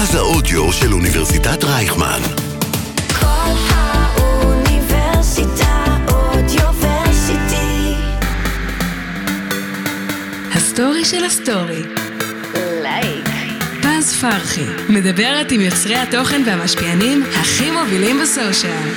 מרכז האודיו של אוניברסיטת רייכמן. כל האוניברסיטה אודיוורסיטי. הסטורי של הסטורי. לייק. פז פרחי מדברת עם יוצרי התוכן והמשפיענים הכי מובילים בסושיאל.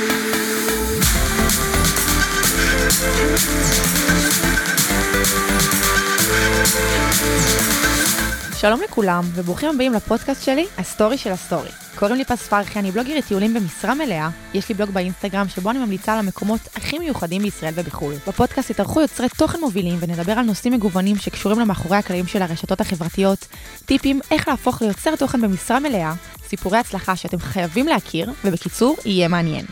שלום לכולם, וברוכים הבאים לפודקאסט שלי, הסטורי של הסטורי. קוראים לי פז פרחי, אני בלוגרית טיולים במשרה מלאה. יש לי בלוג באינסטגרם שבו אני ממליצה על המקומות הכי מיוחדים בישראל ובחו"ל. בפודקאסט יתארחו יוצרי תוכן מובילים ונדבר על נושאים מגוונים שקשורים למאחורי הקלעים של הרשתות החברתיות, טיפים איך להפוך ליוצר תוכן במשרה מלאה, סיפורי הצלחה שאתם חייבים להכיר, ובקיצור, יהיה מעניין.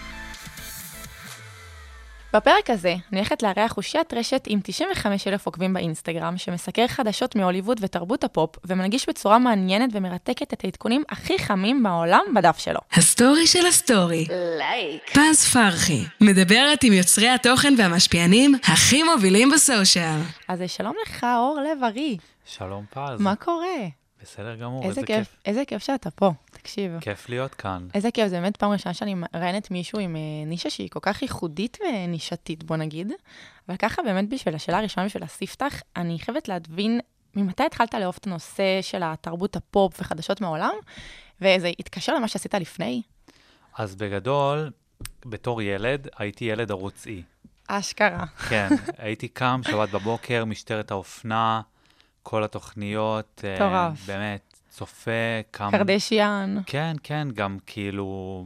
בפרק הזה אני הולכת לארח אושיית רשת עם 95,000 עוקבים באינסטגרם, שמסקר חדשות מהוליווד ותרבות הפופ, ומנגיש בצורה מעניינת ומרתקת את העדכונים הכי חמים בעולם בדף שלו. הסטורי של הסטורי. לייק. פז פרחי מדברת עם יוצרי התוכן והמשפיענים הכי מובילים בסושיאל. אז שלום לך, אור לב ארי. שלום פז. מה קורה? בסדר גמור, איזה כיף שאתה פה, תקשיב. כיף להיות כאן. איזה כיף, זה באמת פעם ראשונה שאני מראיינת מישהו עם נישה שהיא כל כך ייחודית ונישתית, בוא נגיד. אבל ככה באמת בשביל השאלה הראשונה, בשביל הספתח, אני חייבת להבין ממתי התחלת לאהוב את הנושא של התרבות הפופ וחדשות מהעולם, וזה התקשר למה שעשית לפני? אז בגדול, בתור ילד, הייתי ילד ערוצי. אשכרה. כן, הייתי קם שבת בבוקר, משטרת האופנה, כל התוכניות, טורף. באמת, צופה, קם... קרדשיאן. כן, כן, גם כאילו...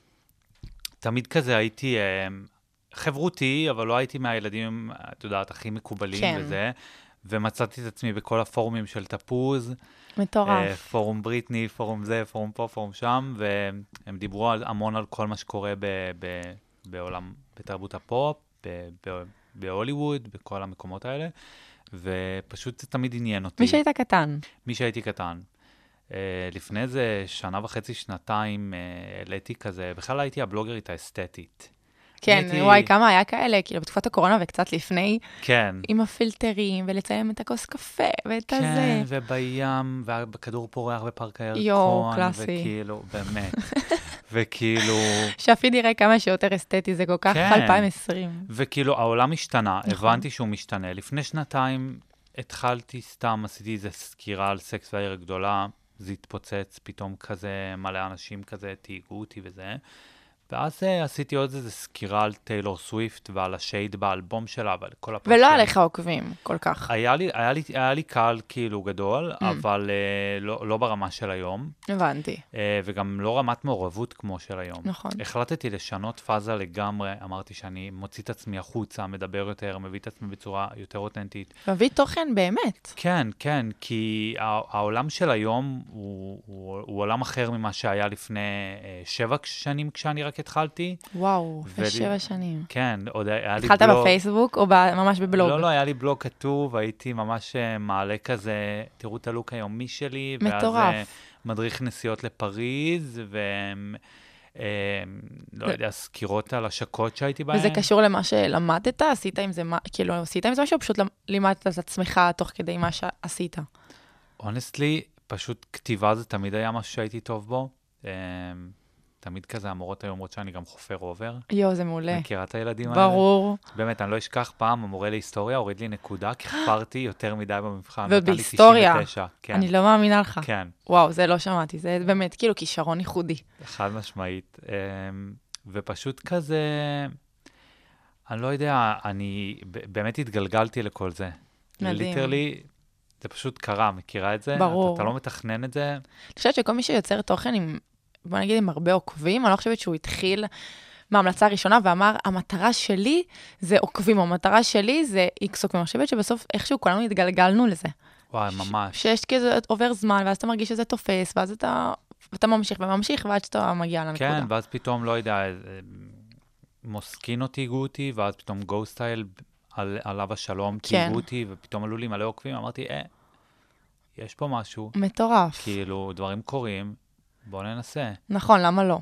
תמיד כזה הייתי חברותי, אבל לא הייתי מהילדים, את יודעת, הכי מקובלים כן. וזה, ומצאתי את עצמי בכל הפורומים של תפוז, מטורף. פורום בריטני, פורום זה, פורום פה, פורום שם, והם דיברו המון על כל מה שקורה בעולם, בתרבות הפופ, בהוליווד, בכל המקומות האלה, ופשוט זה תמיד עניין אותי. מי שהיית קטן. מי שהייתי קטן. לפני זה שנה וחצי, שנתיים, העליתי כזה, בכלל הייתי הבלוגרית האסתטית. כן, וואי, כמה היה כאלה, כאילו בתקופת הקורונה וקצת לפני, כן. עם הפילטרים, ולציין את הכוס קפה, ואת הזה. כן, ובים, ובכדור פורח בפארק הירקון. יו, קלאסי. וכאילו, באמת. וכאילו... שהפיד יראה כמה שיותר אסתטי, זה כל כך כן. 2020. וכאילו, העולם השתנה, נכון. הבנתי שהוא משתנה. לפני שנתיים התחלתי סתם, עשיתי איזו סקירה על סקס והעיר הגדולה, זה התפוצץ, פתאום כזה מלא אנשים כזה, תהיגו אותי וזה. ואז עשיתי עוד איזו סקירה על טיילור סוויפט ועל השייד באלבום שלה ועל כל הפרקים. ולא עליך עוקבים, כל כך. היה לי קהל כאילו גדול, אבל לא ברמה של היום. הבנתי. וגם לא רמת מעורבות כמו של היום. נכון. החלטתי לשנות פאזה לגמרי, אמרתי שאני מוציא את עצמי החוצה, מדבר יותר, מביא את עצמי בצורה יותר אותנטית. מביא תוכן באמת. כן, כן, כי העולם של היום הוא עולם אחר ממה שהיה לפני 7 שנים כשאני רק התחלתי. וואו, 7 שנים. כן, עוד היה לי בלוג. התחלת בפייסבוק או ממש בבלוג? לא, היה לי בלוג כתוב, הייתי ממש מעלה כזה, תראו את הלוק היומי שלי. מטורף. ואז מדריך נסיעות לפריז, לא יודע, סקירות על השקות שהייתי בהן. וזה קשור למה שלמדת? עשית עם זה משהו, פשוט לימדת את עצמך תוך כדי מה שעשית? הונסטלי, פשוט כתיבה זה תמיד היה משהו שהייתי טוב בו. תמיד כזה המורות היו אומרות שאני גם חופר אובר. יו, זה מעולה. מכירה את הילדים האלה? ברור. באמת, אני לא אשכח פעם, המורה להיסטוריה הוריד לי נקודה, כי חפרתי יותר מדי במבחן. ובהיסטוריה. נתן לי 99, כן. אני לא מאמינה לך. כן. וואו, זה לא שמעתי, זה באמת כאילו כישרון ייחודי. חד משמעית. ופשוט כזה, אני לא יודע, אני באמת התגלגלתי לכל זה. מדהים. ליטרלי, זה פשוט קרה, מכירה את זה? ברור. אתה לא מתכנן את זה. אני חושבת שכל מי שיוצר תוכן עם, בוא נגיד, עם הרבה עוקבים, אני לא חושבת שהוא התחיל מההמלצה הראשונה ואמר, המטרה שלי זה עוקבים, המטרה שלי זה איקס עוקבים. אני חושבת שבסוף איכשהו כולנו התגלגלנו לזה. וואי, ממש. שיש כזה עובר זמן, ואז אתה מרגיש שזה תופס, ואז אתה ממשיך וממשיך, ועד שאתה מגיע לנקודה. כן, ואז פתאום, לא יודע, מוסקין תהיגו אותי, ואז פתאום גוסטייל עליו השלום תהיגו אותי, ופתאום עלו לי מלא עוקבים, אמרתי, יש פה משהו. מטורף. כאילו, דברים קורים, בוא ננסה. נכון, למה לא?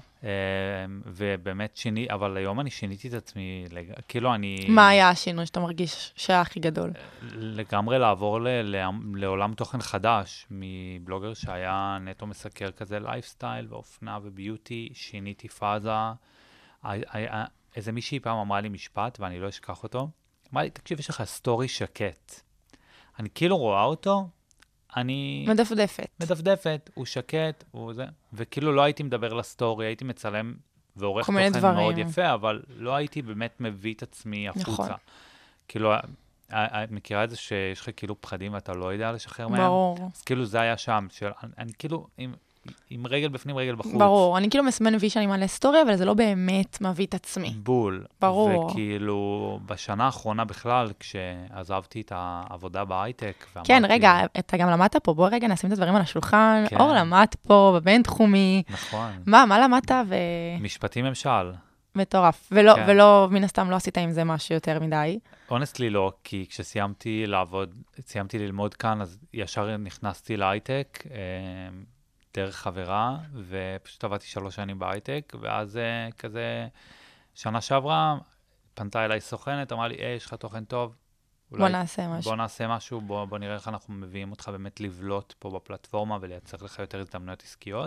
ובאמת אבל היום אני שיניתי את עצמי, כאילו אני... מה היה השינוי שאתה מרגיש שהיה הכי גדול? לגמרי לעבור לעולם תוכן חדש, מבלוגר שהיה נטו מסקר כזה לייפסטייל ואופנה וביוטי, שיניתי פאזה. איזה מישהי פעם אמרה לי משפט, ואני לא אשכח אותו. אמרה לי, תקשיב, יש לך סטורי שקט. אני כאילו רואה אותו, אני... מדפדפת, הוא שקט, הוא זה. וכאילו לא הייתי מדבר לסטורי, הייתי מצלם ועורך תוכן מאוד יפה, אבל לא הייתי באמת מביא את עצמי החוצה. נכון. כאילו, את מכירה את זה שיש לך כאילו פחדים ואתה לא יודע לשחרר מהם? ברור. אז כאילו זה היה שם, אני כאילו עם רגל בפנים, רגל בחוץ. ברור, אני כאילו מסמן וי שאני מעלה סטורי, אבל זה לא באמת מביא את עצמי. בול. ברור. וכאילו, בשנה האחרונה בכלל, כשעזבתי את העבודה בהייטק, כן, רגע, אתה גם למדת פה, בוא רגע נשים את הדברים על השולחן. אור למד פה, בבין-תחומי. נכון. מה למדת משפטים ממשל. מטורף. ולא, מן הסתם לא עשית עם זה משהו יותר מדי. הונסטלי לא, כי כשסיימתי ללמוד כאן, אז ישר נכנסתי להייטק, דרך חברה, ופשוט עבדתי 3 שנים בהייטק, ואז כזה, שנה שעברה, פנתה אליי סוכנת, אמרה לי, יש לך תוכן טוב, בוא נעשה משהו. בוא נעשה משהו, בוא נראה איך אנחנו מביאים אותך באמת לבלוט פה בפלטפורמה, ולייצר לך יותר הזדמנויות עסקיות,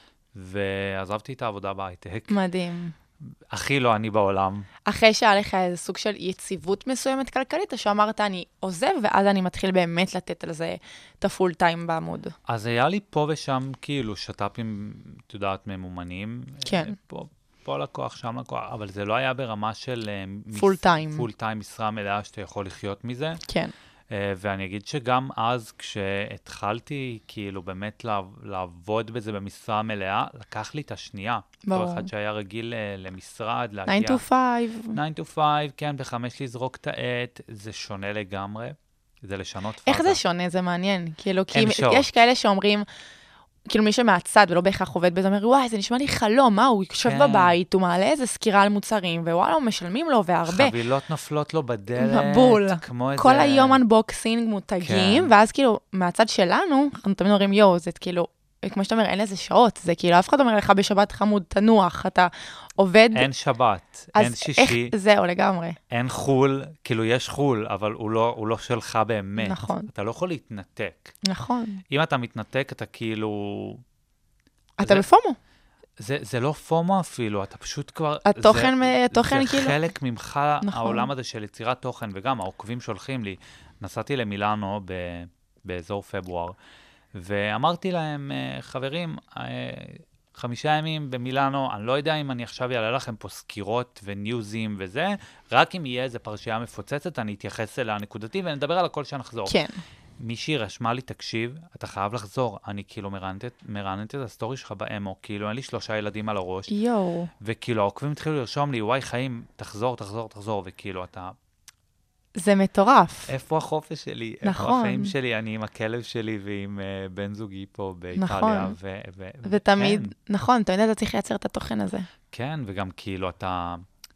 ועזבתי את העבודה בהייטק. מדהים. הכי לא אני בעולם. אחרי שהיה לך איזה סוג של יציבות מסוימת כלכלית, או שאמרת, אני עוזב, ואז אני מתחיל באמת לתת על זה את הפול טיים בעמוד. אז היה לי פה ושם כאילו שטאפים, את יודעת, ממומנים. כן. פה לקוח, שם לקוח, אבל זה לא היה ברמה של... פול טיים. פול טיים, משרה מלאה שאתה יכול לחיות מזה. כן. ואני אגיד שגם אז, כשהתחלתי כאילו באמת לעבוד בזה במשרה מלאה, לקח לי את השנייה. ברור. כל אחד שהיה רגיל למשרד, להגיע... 9 to 5. 9 to 5, כן, ב-5 לזרוק את העט, זה שונה לגמרי. זה לשנות פאזה. איך זה שונה? זה מעניין. כאילו, כי יש כאלה שאומרים... כאילו מי שמהצד ולא בהכרח עובד בזה, אומר, וואי, זה נשמע לי חלום, מה, הוא יושב בבית, הוא מעלה איזה סקירה על מוצרים, ווואלה, משלמים לו, והרבה. חבילות נופלות לו בדלת. מבול. כל היום אנבוקסינג מותגים, ואז כאילו, מהצד שלנו, אנחנו תמיד אומרים, יו, זה כאילו, כמו שאתה אומר, אין לזה שעות, זה כאילו, אף אחד אומר לך בשבת חמוד, תנוח, אתה עובד... אין שבת, אין שישי. זהו, לגמרי. אין חול, כאילו יש חול, אבל הוא לא שלך באמת. נכון. אתה לא יכול להתנתק. נכון. אם אתה מתנתק, אתה כאילו... אתה בפומו. זה לא פומו אפילו, אתה פשוט כבר... התוכן כאילו... זה חלק ממך, העולם הזה של יצירת תוכן, וגם העוקבים שולחים לי. נסעתי למילאנו באזור פברואר, ואמרתי להם, חברים, 5 ימים במילאנו, אני לא יודע אם אני עכשיו אעלה לכם פה סקירות וניוזים וזה, רק אם יהיה איזו פרשייה מפוצצת, אני אתייחס אליה נקודתי, ונדבר על הכל שנחזור. כן. מישהי רשמה לי, תקשיב, אתה חייב לחזור, אני כאילו מרעננת את הסטורי שלך באמו, כאילו אין לי 3 ילדים על הראש, וכאילו העוקבים התחילו לרשום לי, וואי חיים, תחזור, וכאילו אתה... זה מטורף. איפה החופש שלי? נכון. איפה החיים שלי? אני עם הכלב שלי ועם בן זוגי פה באיטליה. נכון. ותמיד, נכון, תמיד אתה צריך לייצר את התוכן הזה. כן, וגם כאילו אתה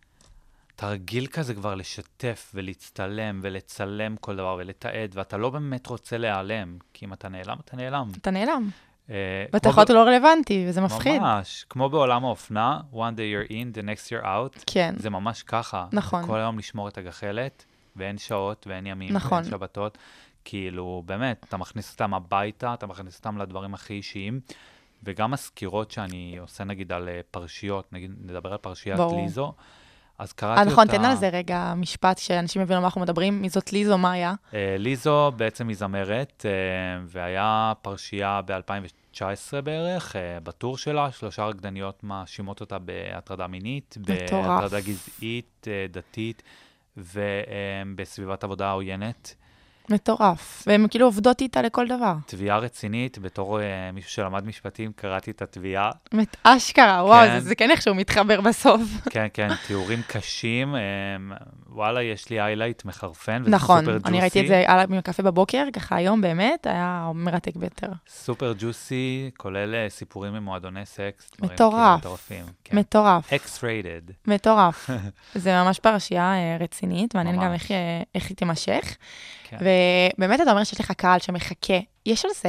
רגיל כזה כבר לשתף ולהצטלם ולצלם כל דבר ולתעד, ואתה לא באמת רוצה להיעלם, כי אם אתה נעלם, אתה נעלם. אתה נעלם. ואתה יכול להיות לא רלוונטי, וזה מפחיד. ממש, כמו בעולם האופנה, one day you're in, the next you're out. כן. זה ממש ככה. נכון. כל היום לשמור את הגחלת. ואין שעות, ואין ימים, נכון. ואין שבתות, כאילו, באמת, אתה מכניס אותם הביתה, אתה מכניס אותם לדברים הכי אישיים, וגם הסקירות שאני עושה, נגיד, על פרשיות, נגיד, נדבר על פרשיית ליזו, אז קראתי אותה... נכון, תן על זה רגע משפט שאנשים מבינים על מה אנחנו מדברים, מי זאת ליזו, מה היה? ליזו בעצם היא זמרת, והיה פרשייה ב-2019 בערך, בטור שלה, 3 רקדניות מאשימות אותה בהטרדה מינית, בהטרדה גזעית, דתית, ובסביבת עבודה עוינת. מטורף. והן כאילו עובדות איתה לכל דבר. תביעה רצינית, בתור מישהו שלמד משפטים, קראתי את התביעה. אשכרה, וואו, זה כן איכשהו מתחבר בסוף. כן, כן, תיאורים קשים. וואלה, יש לי איילייט מחרפן, וזה נכון, סופר ג'וסי. אני ראיתי את זה בקפה בבוקר, ככה היום באמת, היה מרתק ביותר. סופר ג'וסי, כולל סיפורים ממועדוני סקס. מטורף. מטורף. X-rated. מטורף. זה ממש פרשייה רצינית, מעניין גם איך היא תימשך. ובאמת אתה אומר שיש לך קהל שמחכה. יש על זה,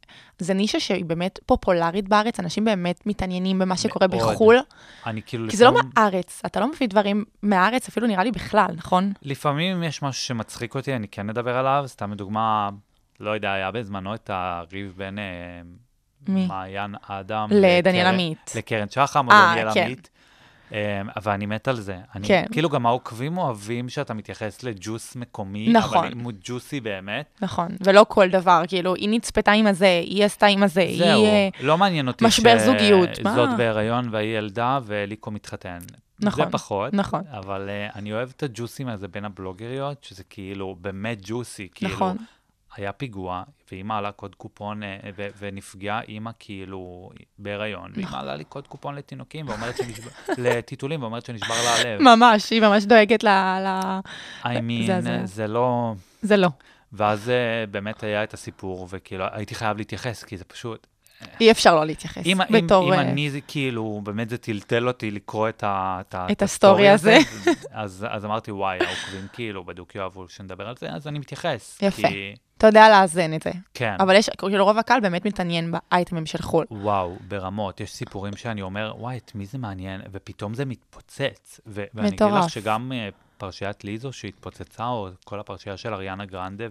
זה נישה שהיא באמת פופולרית בארץ, אנשים באמת מתעניינים במה שקורה מאוד. בחול, אני כאילו כי זה לא לפעמים- מהארץ, אתה לא מביא דברים מהארץ, אפילו נראה לי בכלל, נכון? לפעמים אם יש משהו שמצחיק אותי, אני כן אדבר עליו, סתם לדוגמה, לא יודע, היה בזמנו את הריב בין מי? מעיין אדם לדניאל עמית. לקרן שחם או דניאל כן. עמית. אבל אני מת על זה. כן. כאילו גם העוקבים אוהבים שאתה מתייחס לג'וס מקומי, נכון. אבל אם הוא ג'וסי באמת. נכון, ולא כל דבר, כאילו, היא נצפתה עם הזה, היא עשתה עם הזה, זהו, היא... לא מעניין אותי משבר זוגיות, מה? שזאת בהיריון והיא ילדה וליקו מתחתן. נכון, זה פחות, נכון. אבל אני אוהב את הג'וסים הזה בין הבלוגריות, שזה כאילו באמת ג'וסי, כאילו נכון. היה פיגוע, והיא מעלה קוד קופון, ונפגעה אימא כאילו בהיריון, והיא מעלה לי קוד קופון לתינוקים, לטיטולים, ואומרת שנשבר לה הלב. ממש, היא ממש דואגת I mean, זה. זה לא... זה לא. ואז באמת היה את הסיפור, וכאילו הייתי חייב להתייחס, כי זה פשוט... אי אפשר לא להתייחס. אם בתור... אני זה כאילו, באמת זה טלטל אותי לקרוא את הסטורי הזה. אז אמרתי, וואי, העוקבים כאילו בדיוק יאהבו שנדבר על זה, אז אני מתייחס. יפה. אתה יודע לאזן את זה. כן. אבל יש, כאילו רוב הקהל באמת מתעניין באייטמים של חול. וואו, ברמות. יש סיפורים שאני אומר, וואי, את מי זה מעניין? ופתאום זה מתפוצץ. ואני אגיד לך שגם פרשיית ליזו שהתפוצצה, או כל הפרשייה של אריאנה גרנדה,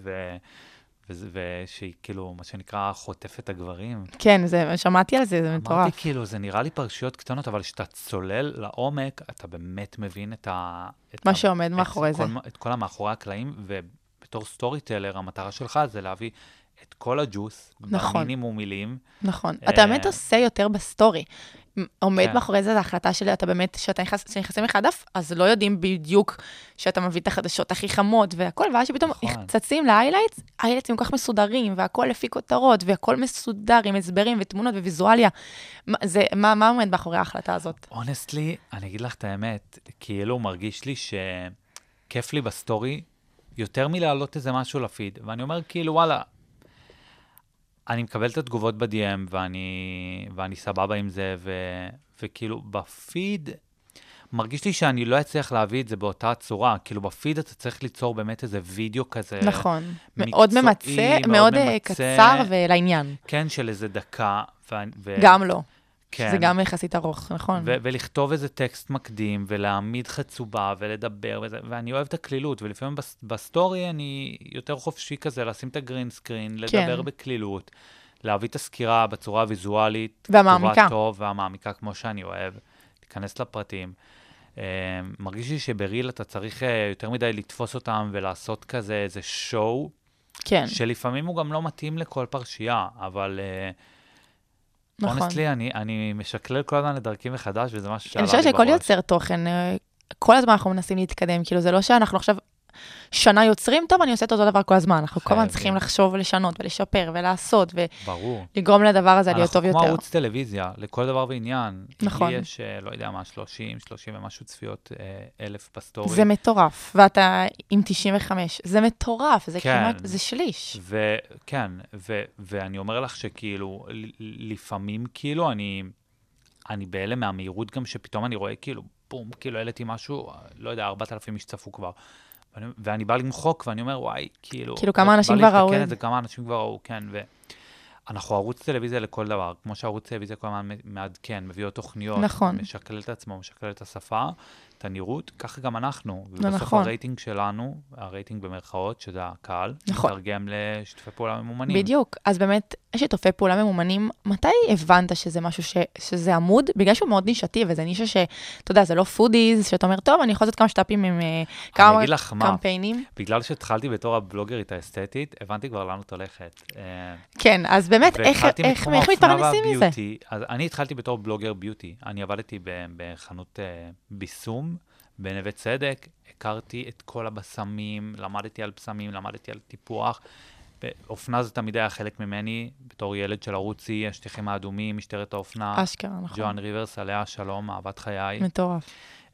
ושהיא כאילו, מה שנקרא, חוטפת הגברים. כן, שמעתי על זה, זה מטורף. אמרתי כאילו, זה נראה לי פרשיות קטנות, אבל כשאתה צולל לעומק, אתה באמת מבין מה שעומד מאחורי זה. את כל המאחורי הקלעים, ובתור סטורי טלר, המטרה שלך זה להביא את כל הג'וס, במינימום מילים. נכון. אתה באמת עושה יותר בסטורי. עומד מאחורי זה, זה החלטה שלי, אתה באמת, כשנכנסים לך דף, אז לא יודעים בדיוק שאתה מביא את החדשות הכי חמות והכל, ואז שפתאום צצים להיילייטס, ההיילייטסים כל כך מסודרים, והכל לפי כותרות, והכל מסודר עם הסברים ותמונות וויזואליה. מה עומד מאחורי ההחלטה הזאת? הונסטלי, אני אגיד לך את האמת, כאילו מרגיש לי שכיף לי בסטורי, יותר מלהעלות איזה משהו לפיד, ואני אומר כאילו, וואלה, אני מקבל את התגובות ב-DM, ואני סבבה עם זה, וכאילו בפיד, מרגיש לי שאני לא אצליח להביא את זה באותה צורה, כאילו בפיד אתה צריך ליצור באמת איזה וידאו כזה, נכון, מאוד ממצא, מאוד קצר ולעניין. כן, של איזה דקה. גם לא. כן. זה גם יחסית ארוך, נכון. ולכתוב איזה טקסט מקדים, ולהעמיד חצובה, ולדבר, ואני אוהב את הכלילות, ולפעמים בסטורי אני יותר חופשי כזה, לשים את הגרין סקרין, לדבר בכלילות, להביא את הסקירה בצורה הוויזואלית, והמעמיקה. טוב, והמעמיקה כמו שאני אוהב, להיכנס לפרטים. מרגיש לי שבריל אתה צריך יותר מדי לתפוס אותם, ולעשות כזה איזה שואו, כן. שלפעמים הוא גם לא מתאים לכל פרשייה, אבל... נכון. הונסטלי, אני משקלל כל הזמן לדרכי מחדש, וזה משהו שעלה לי בראש. אני חושבת שכל יוצר תוכן, כל הזמן אנחנו מנסים להתקדם, כאילו זה לא שאנחנו עכשיו שנה יוצרים, טוב, אני עושה את אותו דבר כל הזמן, אנחנו כל הזמן צריכים לחשוב ולשנות ולשפר ולעשות, ולגרום לדבר הזה להיות טוב יותר. אנחנו כמו ערוץ טלוויזיה, לכל דבר ועניין. נכון. לי יש, לא יודע מה, 30 ומשהו צפיות אלף בסטורי. זה מטורף, ואתה עם 95, זה מטורף, זה כמעט, זה שליש. כן, ואני אומר לך שכאילו, לפעמים כאילו אני בהלם מהמהירות גם שפתאום אני רואה כאילו, בום, כאילו העליתי משהו, לא יודע, 4,000 איש צפו כבר. ואני בא למחוק, ואני אומר, וואי, כאילו כמה אנשים כבר ראו את זה. כמה אנשים כבר ראו, כן, אנחנו ערוץ טלוויזיה לכל דבר, כמו שערוץ טלוויזיה כל הזמן מעדכן, מביא עוד תוכניות, נכון. משקלל את עצמו, משקלל את השפה, את הנראות, ככה גם אנחנו. נכון. ובסוף הרייטינג שלנו, הרייטינג במרכאות, שזה הקהל, נכון. מתרגם לשיתופי פעולה ממומנים. בדיוק, אז באמת, שיתופי פעולה ממומנים, מתי הבנת שזה משהו שזה עמוד? בגלל שהוא מאוד נישתי, וזה נישה אתה יודע, זה לא פודיז, שאתה אומר, טוב, אני יכול לעשות כמה שטאפים עם כמה קמפיינים. בגלל שהתחלתי בתור הבלוגרית האסתטית, הבנתי כבר לאן את הולכת. כן, אז באמת, איך מתפרנסים מזה? אז אני התחלתי בתור בלוגר ביוטי. אני עבדתי בחנות ביסום, בנווה צדק, הכרתי את כל הבשמים, למדתי על בשמים, למדתי על טיפוח. אופנה זה תמיד היה חלק ממני, בתור ילד של ערוצי, השטיחים האדומים, משטרת האופנה. אשכרה, נכון. ג'ואן ריברס, עליה שלום, אהבת חיי. מטורף.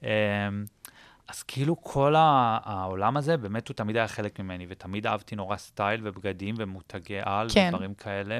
אז כאילו כל העולם הזה, באמת הוא תמיד היה חלק ממני, ותמיד אהבתי נורא סטייל ובגדים ומותגי על ודברים כאלה,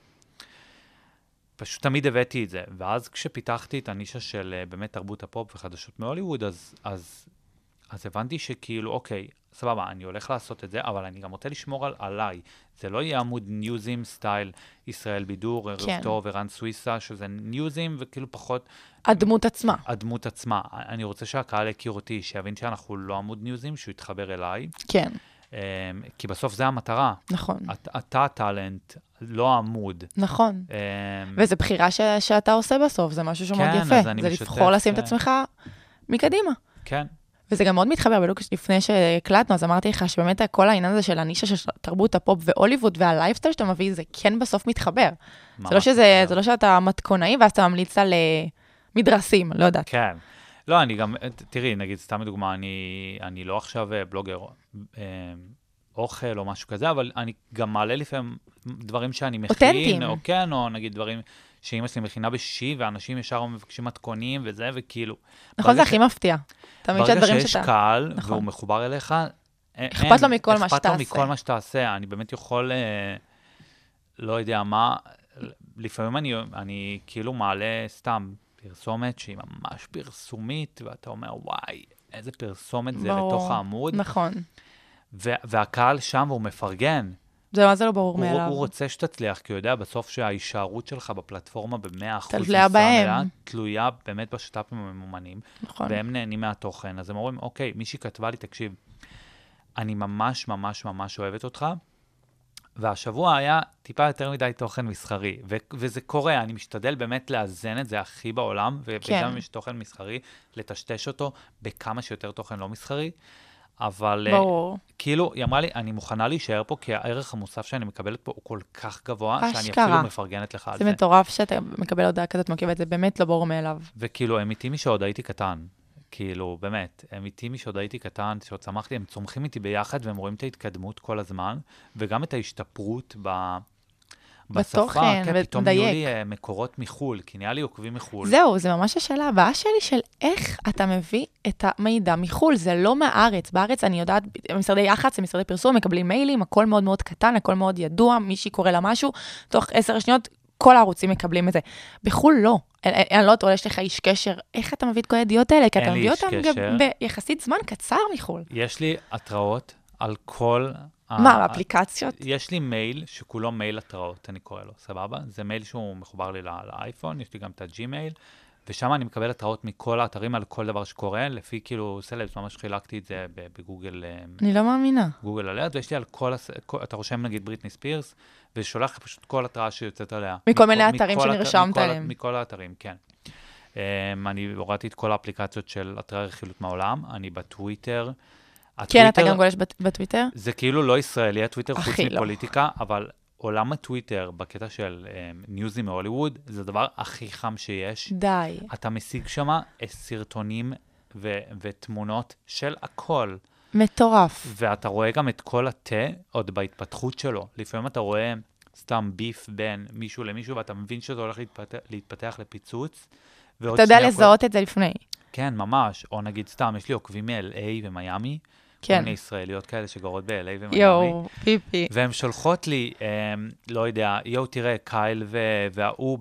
פשוט תמיד הבאתי את זה. ואז כשפיתחתי את הנישה של באמת תרבות הפופ וחדשות מהוליווד, אז הבנתי שכאילו, אוקיי, סבבה, אני הולך לעשות את זה, אבל אני גם רוצה לשמור עליי. זה לא יהיה עמוד ניוזים סטייל ישראל בידור, ערב טוב, ערן סוויסה, שזה ניוזים וכאילו פחות... הדמות עצמה. הדמות עצמה. אני רוצה שהקהל יכיר אותי, שיבין שאנחנו לא עמוד ניוזים, שהוא יתחבר אליי. כן. כי בסוף זה המטרה. נכון. אתה טלנט, לא עמוד. נכון. וזו בחירה שאתה עושה בסוף, זה משהו שמאוד יפה. זה לבחור לשים את עצמך מקדימה. כן. וזה גם מאוד מתחבר, בדיוק לפני שהקלטנו, אז אמרתי לך שבאמת כל העניין הזה של הנישה של תרבות הפופ והוליווד והלייפסטייל שאתה מביא, זה כן בסוף מתחבר. זה לא שאתה מתכונאי ואז אתה ממליץ על מדרסים, לא יודעת. כן. לא, אני גם, תראי, נגיד, סתם מדוגמה, אני לא עכשיו בלוגר אוכל או משהו כזה, אבל אני גם מעלה לפעמים דברים שאני מכין, אותנטיים. או כן, או נגיד דברים שאמא שלי מכינה בשישי, ואנשים ישר מבקשים מתכונים וזה, וכאילו. נכון, זה הכי מפתיע. ברגע שיש קהל, והוא מחובר אליך, אכפת לו מכל מה אכפת לו מכל מה שתעשה. אני באמת יכול, לא יודע מה, לפעמים אני כאילו מעלה סתם פרסומת שהיא ממש פרסומית, ואתה אומר, וואי, איזה פרסומת זה לתוך העמוד. נכון. והקהל שם והוא מפרגן. זה מה זה לא ברור מאליו. הוא רוצה שתצליח, כי הוא יודע בסוף שההישארות שלך בפלטפורמה ב-100% תלויה בהם. תלויה באמת בשת"פים הממומנים, והם נהנים מהתוכן. אז הם אומרים, אוקיי, מישהי כתבה לי, תקשיב, אני ממש ממש ממש אוהבת אותך, והשבוע היה טיפה יותר מדי תוכן מסחרי, וזה קורה, אני משתדל באמת לאזן את זה הכי בעולם, וגם אם יש תוכן מסחרי, לטשטש אותו בכמה שיותר תוכן לא מסחרי, אבל כאילו, היא אמרה לי, אני מוכנה להישאר פה, כי הערך המוסף שאני מקבלת פה הוא כל כך גבוה, שאני אפילו מפרגנת לך על זה. זה מטורף שאתה מקבל הודעה כזאת מקיבת, זה באמת לא ברור מאליו. וכאילו, הם איתי שעוד הייתי קטן, כאילו, באמת, הם איתי שעוד הייתי קטן, שעוד צמחתי, הם צומחים איתי ביחד, והם רואים את ההתקדמות כל הזמן, וגם את ההשתפרות בתוכן, פתאום יהיו לי מקורות מחול, כי נהיה לי עוקבים מחול. זהו, זה ממש השאלה הבאה שלי של איך אתה מביא את המידע מחול, זה לא מהארץ. בארץ אני יודעת, משרדי יח"צ, משרדי פרסום, מקבלים מיילים, הכל מאוד מאוד קטן, הכל מאוד ידוע, מישהי קורא לה משהו, תוך 10 שניות, כל הערוצים מקבלים את זה. בחול לא. אני לא יודעת, יש לך איש קשר, איך אתה מביא את כל הידיעות האלה? כי אתה מביא אותם גם ביחסית זמן קצר מחול. יש לי התראות על כל... מה, באפליקציות? יש לי מייל שכולו מייל התראות, אני קורא לו, סבבה? זה מייל שהוא מחובר לי לאייפון, יש לי גם את הג'ימייל, ושם אני מקבל התראות מכל האתרים על כל דבר שקורה, לפי כאילו סלבס, ממש חילקתי את זה בגוגל. אני לא מאמינה. גוגל אלרט, ויש לי על כל, אתה רושם נגיד בריטני ספירס, ושולח פשוט כל התראה שיוצאת עליה. מכל מיני אתרים שנרשמת עליהם. מכל האתרים, כן. אני הורדתי את כל האפליקציות של אתרי רכילות מהעולם, אני בטוויטר. כן, אתה גם גולש בטוויטר? זה כאילו לא ישראלי, הטוויטר חוץ מפוליטיקה, אבל עולם הטוויטר בקטע של ניוזים מהוליווד, זה הדבר הכי חם שיש. די. אתה משיג שמה סרטונים ותמונות של הכל. מטורף. ואתה רואה גם את כל התה עוד בהתפתחות שלו. לפעמים אתה רואה סתם ביף בין מישהו למישהו, ואתה מבין שזה הולך להתפתח לפיצוץ. אתה יודע לזהות את זה לפני. כן, ממש. או נגיד סתם, יש לי עוקבים מ-LA ומיימי, כל מיני ישראליות כאלה שגרות ב-LA ומיימי. יואו, פיפי. והן שולחות לי, לא יודע, יואו, תראה, קייל והוא,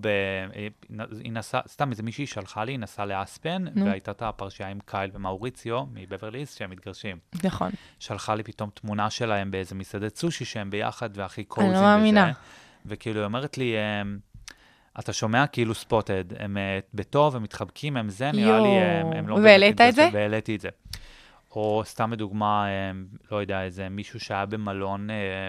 סתם איזה מישהי שלחה לי, היא נסעה לאספן, והייתה את הפרשייה עם קייל ומאוריציו, מבברליס, שהם מתגרשים. נכון. שלחה לי פתאום תמונה שלהם באיזה מסעדת סושי, שהם ביחד והכי קוזים וזה. אני לא מאמינה. וכאילו, היא אומרת לי, אתה שומע כאילו ספוטד, הם בטוב, הם מתחבקים, הם זה, נראה לי, הם לא... והעלית את זה? והעליתי את זה. או סתם בדוגמה, לא יודע, איזה מישהו שהיה במלון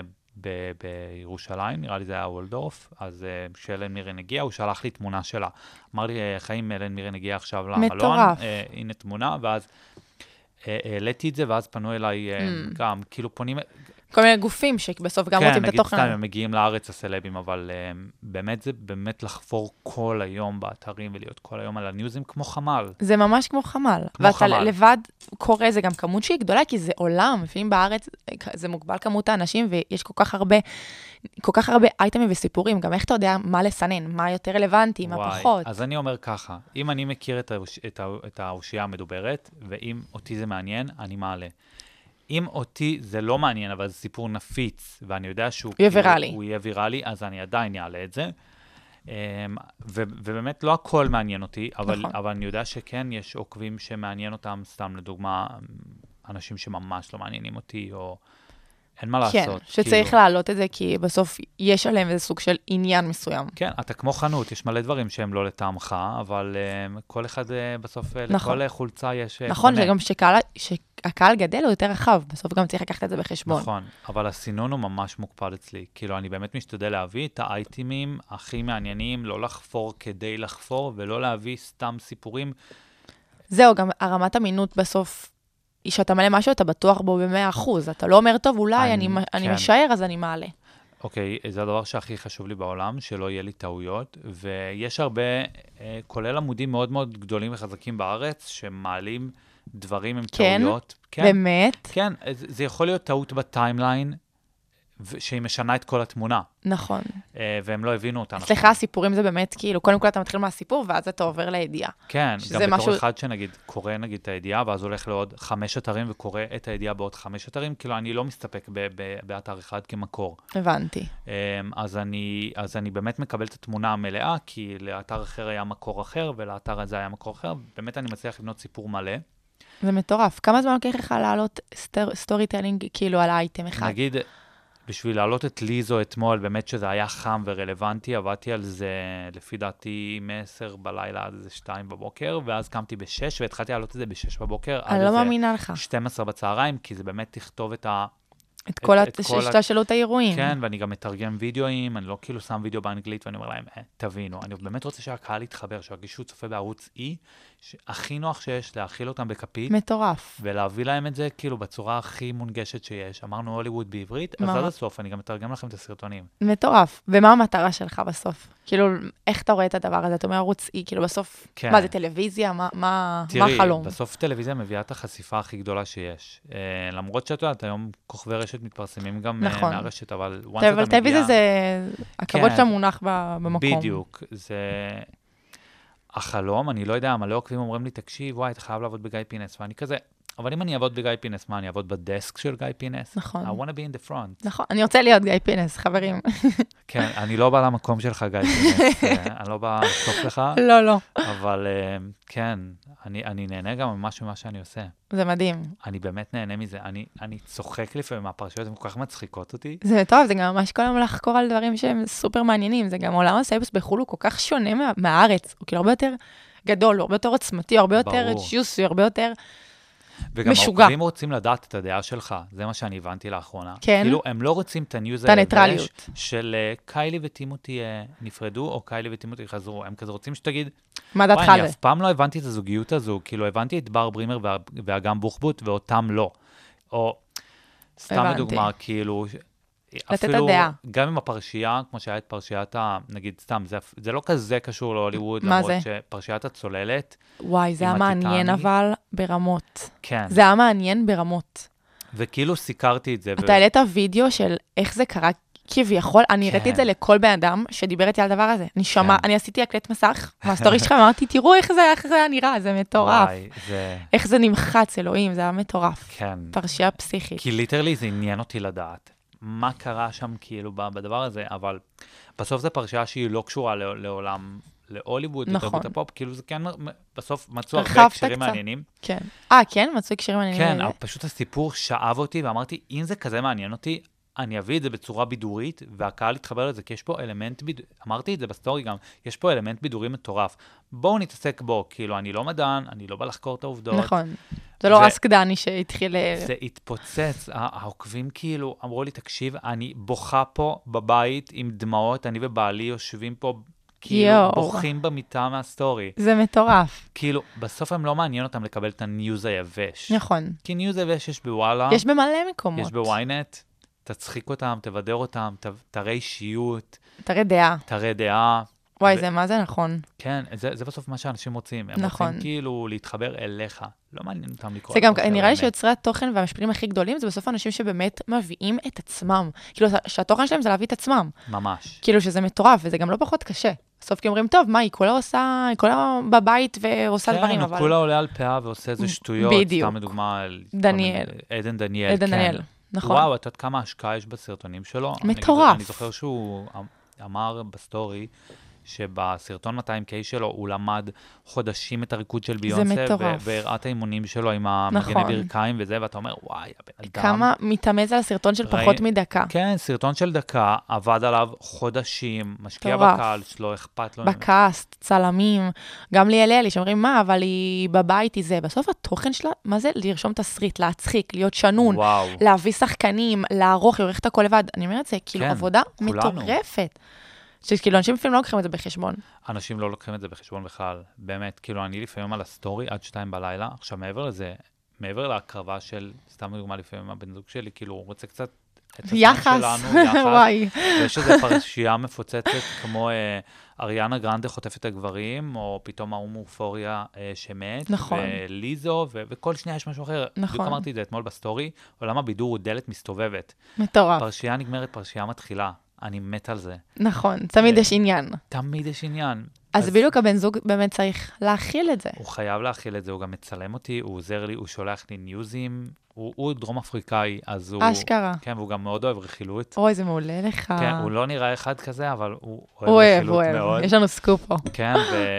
בירושלים, נראה לי זה היה וולדורף, אז כשאלן מירן הגיע, הוא שלח לי תמונה שלה. אמר לי, חיים, אלן מירן הגיע עכשיו למלון, מטורף. הנה תמונה, ואז העליתי את זה, ואז פנו אליי גם, כאילו פונים... כל מיני גופים שבסוף גם רוצים את התוכן. כן, נגיד סתם, הם מגיעים לארץ הסלבים, אבל באמת זה באמת לחפור כל היום באתרים ולהיות כל היום על הניוזים כמו חמל. זה ממש כמו חמל. ואתה לבד קורא, זה גם כמות שהיא גדולה, כי זה עולם. לפעמים בארץ זה מוגבל כמות האנשים, ויש כל כך הרבה אייטמים וסיפורים. גם איך אתה יודע מה לסנן, מה יותר רלוונטי, מה פחות. אז אני אומר ככה, אם אני מכיר את האושייה המדוברת, ואם אותי זה מעניין, אני מעלה. אם אותי זה לא מעניין, אבל זה סיפור נפיץ, ואני יודע שהוא יהיה ויראלי, אז אני עדיין אעלה את זה. ובאמת לא הכל מעניין אותי, אבל אני יודע שכן יש עוקבים שמעניין אותם, סתם לדוגמה, אנשים שממש לא מעניינים אותי, או אין מה כן, לעשות. שצריך כאילו, להעלות את זה, כי בסוף יש עליהם איזה סוג של עניין מסוים. כן, אתה כמו חנות, יש מלא דברים שהם לא לטעמך, אבל כל אחד בסוף, נכון. לכל חולצה יש נכון, קונה. שגם שהקהל גדל הוא יותר רחב, בסוף גם צריך לקחת את זה בחשבון. נכון, אבל הסינון הוא ממש מוקפד אצלי. כאילו, אני באמת משתדל להביא את האייטמים הכי מעניינים, לא לחפור כדי לחפור, ולא להביא סתם סיפורים. זהו, גם הרמת אמינות בסוף, שאתה מלא משהו, אתה בטוח בו ב100%. אתה לא אומר, טוב, אולי אני כן. משער, אז אני מעלה. אוקיי, זה הדבר שהכי חשוב לי בעולם, שלא יהיה לי טעויות, ויש הרבה, כולל עמודים מאוד מאוד גדולים וחזקים בארץ, שמעלים דברים עם כן? טעויות. כן, באמת? כן, זה יכול להיות טעות בטיימליין, שהיא משנה את כל התמונה, נכון. והם לא הבינו אותה. אצלך הסיפורים זה באמת, כאילו, קודם כל אתה מתחיל מהסיפור, ואז אתה עובר לידיעה. כן, שזה גם בתור משהו- אחד שנגיד, קורא נגיד את הידיעה, ואז הולך לעוד 5 אתרים, וקורא את הידיעה בעוד 5 אתרים, כאילו אני לא מסתפק באתר אחד כמקור. הבנתי. אז אני באמת מקבל את התמונה המלאה, כי לאתר אחר היה מקור אחר, ולאתר הזה היה מקור אחר, באמת אני מצליח לבנות סיפור מלא. זה מטורף. כמה זמן לוקח לך לעלות סטורי טיילינג, כאילו, על האייטם אחד? נגיד, בשביל להעלות את ליזו אתמול, באמת שזה היה חם ורלוונטי, עבדתי על זה, לפי דעתי, מ-10 בלילה עד איזה 2 בבוקר, ואז קמתי ב-6, והתחלתי להעלות את זה ב-6 בבוקר, עד אני לא איזה מאמינה לך. 12 בצהריים, כי זה באמת תכתוב את ה... את כל את כל השתלשלות האירועים. כן, ואני גם מתרגם וידאוים, אני לא כאילו שם וידאו באנגלית, ואני אומר להם, תבינו, אני באמת רוצה שהקהל יתחבר, שהגישו צופה בערוץ E, שהכי נוח שיש להאכיל אותם בכפית, מטורף. ולהביא להם את זה כאילו בצורה הכי מונגשת שיש. אמרנו הוליווד בעברית, אז ממש. עד הסוף אני גם מתרגם לכם את הסרטונים. מטורף. ומה המטרה שלך בסוף? כאילו, איך אתה רואה את הדבר הזה? אתה אומר ערוץ E, כאילו בסוף, כן. מה זה טלוויזיה? מה תראי, החלום? בסוף טלוויזיה מביאה את החשיפה הכי גדולה שיש. למרות שאת יודעת, היום כוכבי רשת מתפרסמים גם נכון. מהרשת, אבל once אבל אתה טלוויזיה מגיע... זה הכבוד כן. שאתה מונח במקום. בדיוק, זה החלום, אני לא יודע, מלא עוקבים אומרים לי, תקשיב, וואי, אתה חייב לעבוד בגיא פינס, ואני כזה, אבל אם אני אעבוד בגיא פינס, מה, אני אעבוד בדסק של גיא פינס? נכון. I want to be in the front. נכון, אני רוצה להיות גיא פינס, חברים. כן, אני לא בא למקום שלך, גיא פינס, אני לא בא לחטוף לך, לא. אבל כן, אני נהנה גם ממש ממה שאני עושה. זה מדהים. אני באמת נהנה מזה, אני צוחק לפעמים מהפרשיות, הן כל כך מצחיקות אותי. זה מטורף, זה גם ממש כל היום לחקור על דברים שהם סופר מעניינים. זה גם עולם הסלבס בחו"ל הוא כל כך שונה מהארץ. הוא כאילו הרבה יותר גדול, הרבה יותר עוצמתי, הרבה יותר ברור. ג'וסי, הרבה יותר... וגם משוגע. העוקבים רוצים לדעת את הדעה שלך, זה מה שאני הבנתי לאחרונה. כן? כאילו, הם לא רוצים את הניוז את הניטרליות. של קיילי וטימותי נפרדו, או קיילי וטימותי חזרו. הם כזה רוצים שתגיד, מה דעתך וואי, על אני זה? אף פעם לא הבנתי את הזוגיות הזו, כאילו, הבנתי את בר ברימר ואגם בוחבוט, ואותם לא. או, סתם הבנתי. לדוגמה, כאילו, לתת אפילו, הדעה. גם עם הפרשייה, כמו שהיה את פרשיית נגיד, סתם, זה לא כזה קשור להוליווד, מה למרות זה? שפרשיית הצוללת, וואי, זה עם היה מעניין הטיטניק. אבל ברמות. כן. זה היה מעניין ברמות. וכאילו סיקרתי את זה. אתה העלית וידאו של איך זה קרה כביכול, אני הראיתי את זה לכל בן אדם שדיבר איתי על הדבר הזה. אני עשיתי הקלט מסך מהסטורי שלך, אמרתי, תראו איך זה היה נראה, זה מטורף. וואי, זה... איך זה נמחץ, אלוהים, זה היה מטורף. כן. פרשייה פסיכית. כי ליטרלי זה עניין אותי לדעת מה קרה שם כאילו בדבר הזה, אבל בסוף זו פרשייה שהיא לא קשורה לעולם, להוליווד, נכון. לתרבות הפופ, כאילו זה כן, בסוף מצאו הרבה הרחבת הקשרים קצת. מעניינים. כן. כן? מצאו הקשרים מעניינים. כן, לזה? פשוט הסיפור שאב אותי, ואמרתי, אם זה כזה מעניין אותי, אני אביא את זה בצורה בידורית, והקהל יתחבר לזה, כי יש פה אלמנט בידורי, אמרתי את זה בסטורי גם, יש פה אלמנט בידורי מטורף. בואו נתעסק בו, כאילו, אני לא מדען, אני לא בא לחקור את העובדות. נכון. זה לא אסק דני שהתחיל... זה התפוצץ, העוקבים כאילו אמרו לי, תקשיב, אני בוכה פה בבית עם דמעות, אני ובעלי יושבים פה, כאילו יואו. בוכים במיטה מהסטורי. זה מטורף. כאילו, בסוף הם לא מעניין אותם לקבל את הניוז היבש. נכון. כי ניוז היבש יש בוואלה, יש במלא מקומות. יש בוויינט, תצחיק אותם, תבדר אותם, תראה אישיות, תראה דעה. תראה דעה. וואי, זה מה זה נכון. כן, זה בסוף מה שאנשים רוצים. הם נכון. רוצים כאילו להתחבר אליך. לא מעניין אותם לקרוא. זה גם, על נראה לי האמת. שיוצרי התוכן והמשפיעים הכי גדולים, זה בסוף אנשים שבאמת מביאים את עצמם. כאילו, שהתוכן שלהם זה להביא את עצמם. ממש. כאילו, שזה מטורף, וזה גם לא פחות קשה. בסוף כי אומרים, טוב, מה, היא כולה בבית ועושה דברים, כן, אבל... הוא כולה עולה על פאה ועושה איזה שטויות. בדיוק. סתם לדוגמה, דניאל. עדן דניאל, עדן כן. דניאל, נכון. וואו, את יודעת כמה השקעה יש בסרטונים שלו? מטורף. אני זוכר שהוא אמר בסטורי, שבסרטון 200K שלו הוא למד חודשים את הריקוד של ביונסה, זה מטורף. והראה את האימונים שלו עם המגני נכון. ברכיים וזה, ואתה אומר, וואי, הבן אדם. כמה מתאמץ על הסרטון של פחות מדקה. כן, סרטון של דקה, עבד עליו חודשים, משקיע מטורף. בקהל שלו, אכפת לו. בקאסט, צלמים, גם לי שאומרים מה, אבל היא בבית, היא זה. בסוף התוכן שלה, מה זה? לרשום תסריט, להצחיק, להיות שנון, וואו. להביא שחקנים, לערוך, יורך את הכל לבד. אני אומרת, זה כאילו כן, עבודה כולנו. מטורפת. שכאילו אנשים לפעמים לא לוקחים את זה בחשבון. אנשים לא לוקחים את זה בחשבון בכלל. באמת, כאילו, אני לפעמים על הסטורי עד 2 בלילה. עכשיו, מעבר לזה, מעבר להקרבה של, סתם דוגמה לפעמים, הבן זוג שלי, כאילו, הוא רוצה קצת את הזמן יחס, שלנו, יחס. וואי. ויש איזו פרשייה מפוצצת, כמו אריאנה גרנדה חוטפת הגברים, או פתאום ההוא מאופוריה שמת, נכון. וליזו, וכל שנייה יש משהו אחר. נכון. בדיוק אמרתי את זה אתמול בסטורי, עולם הבידור הוא דלת מסתובבת. מטורף. פרשייה נגמרת, פרשייה מתחילה. אני מת על זה. נכון, תמיד יש עניין. תמיד יש עניין. אז בדיוק הבן זוג באמת צריך להכיל את זה. הוא חייב להכיל את זה, הוא גם מצלם אותי, הוא עוזר לי, הוא שולח לי ניוזים, הוא דרום אפריקאי, אז הוא... אשכרה. כן, והוא גם מאוד אוהב רכילות. אוי, זה מעולה לך. כן, הוא לא נראה אחד כזה, אבל הוא הוא אוהב אוהב, רכילות הוא מאוד. אוהב. יש לנו סקופ פה. כן,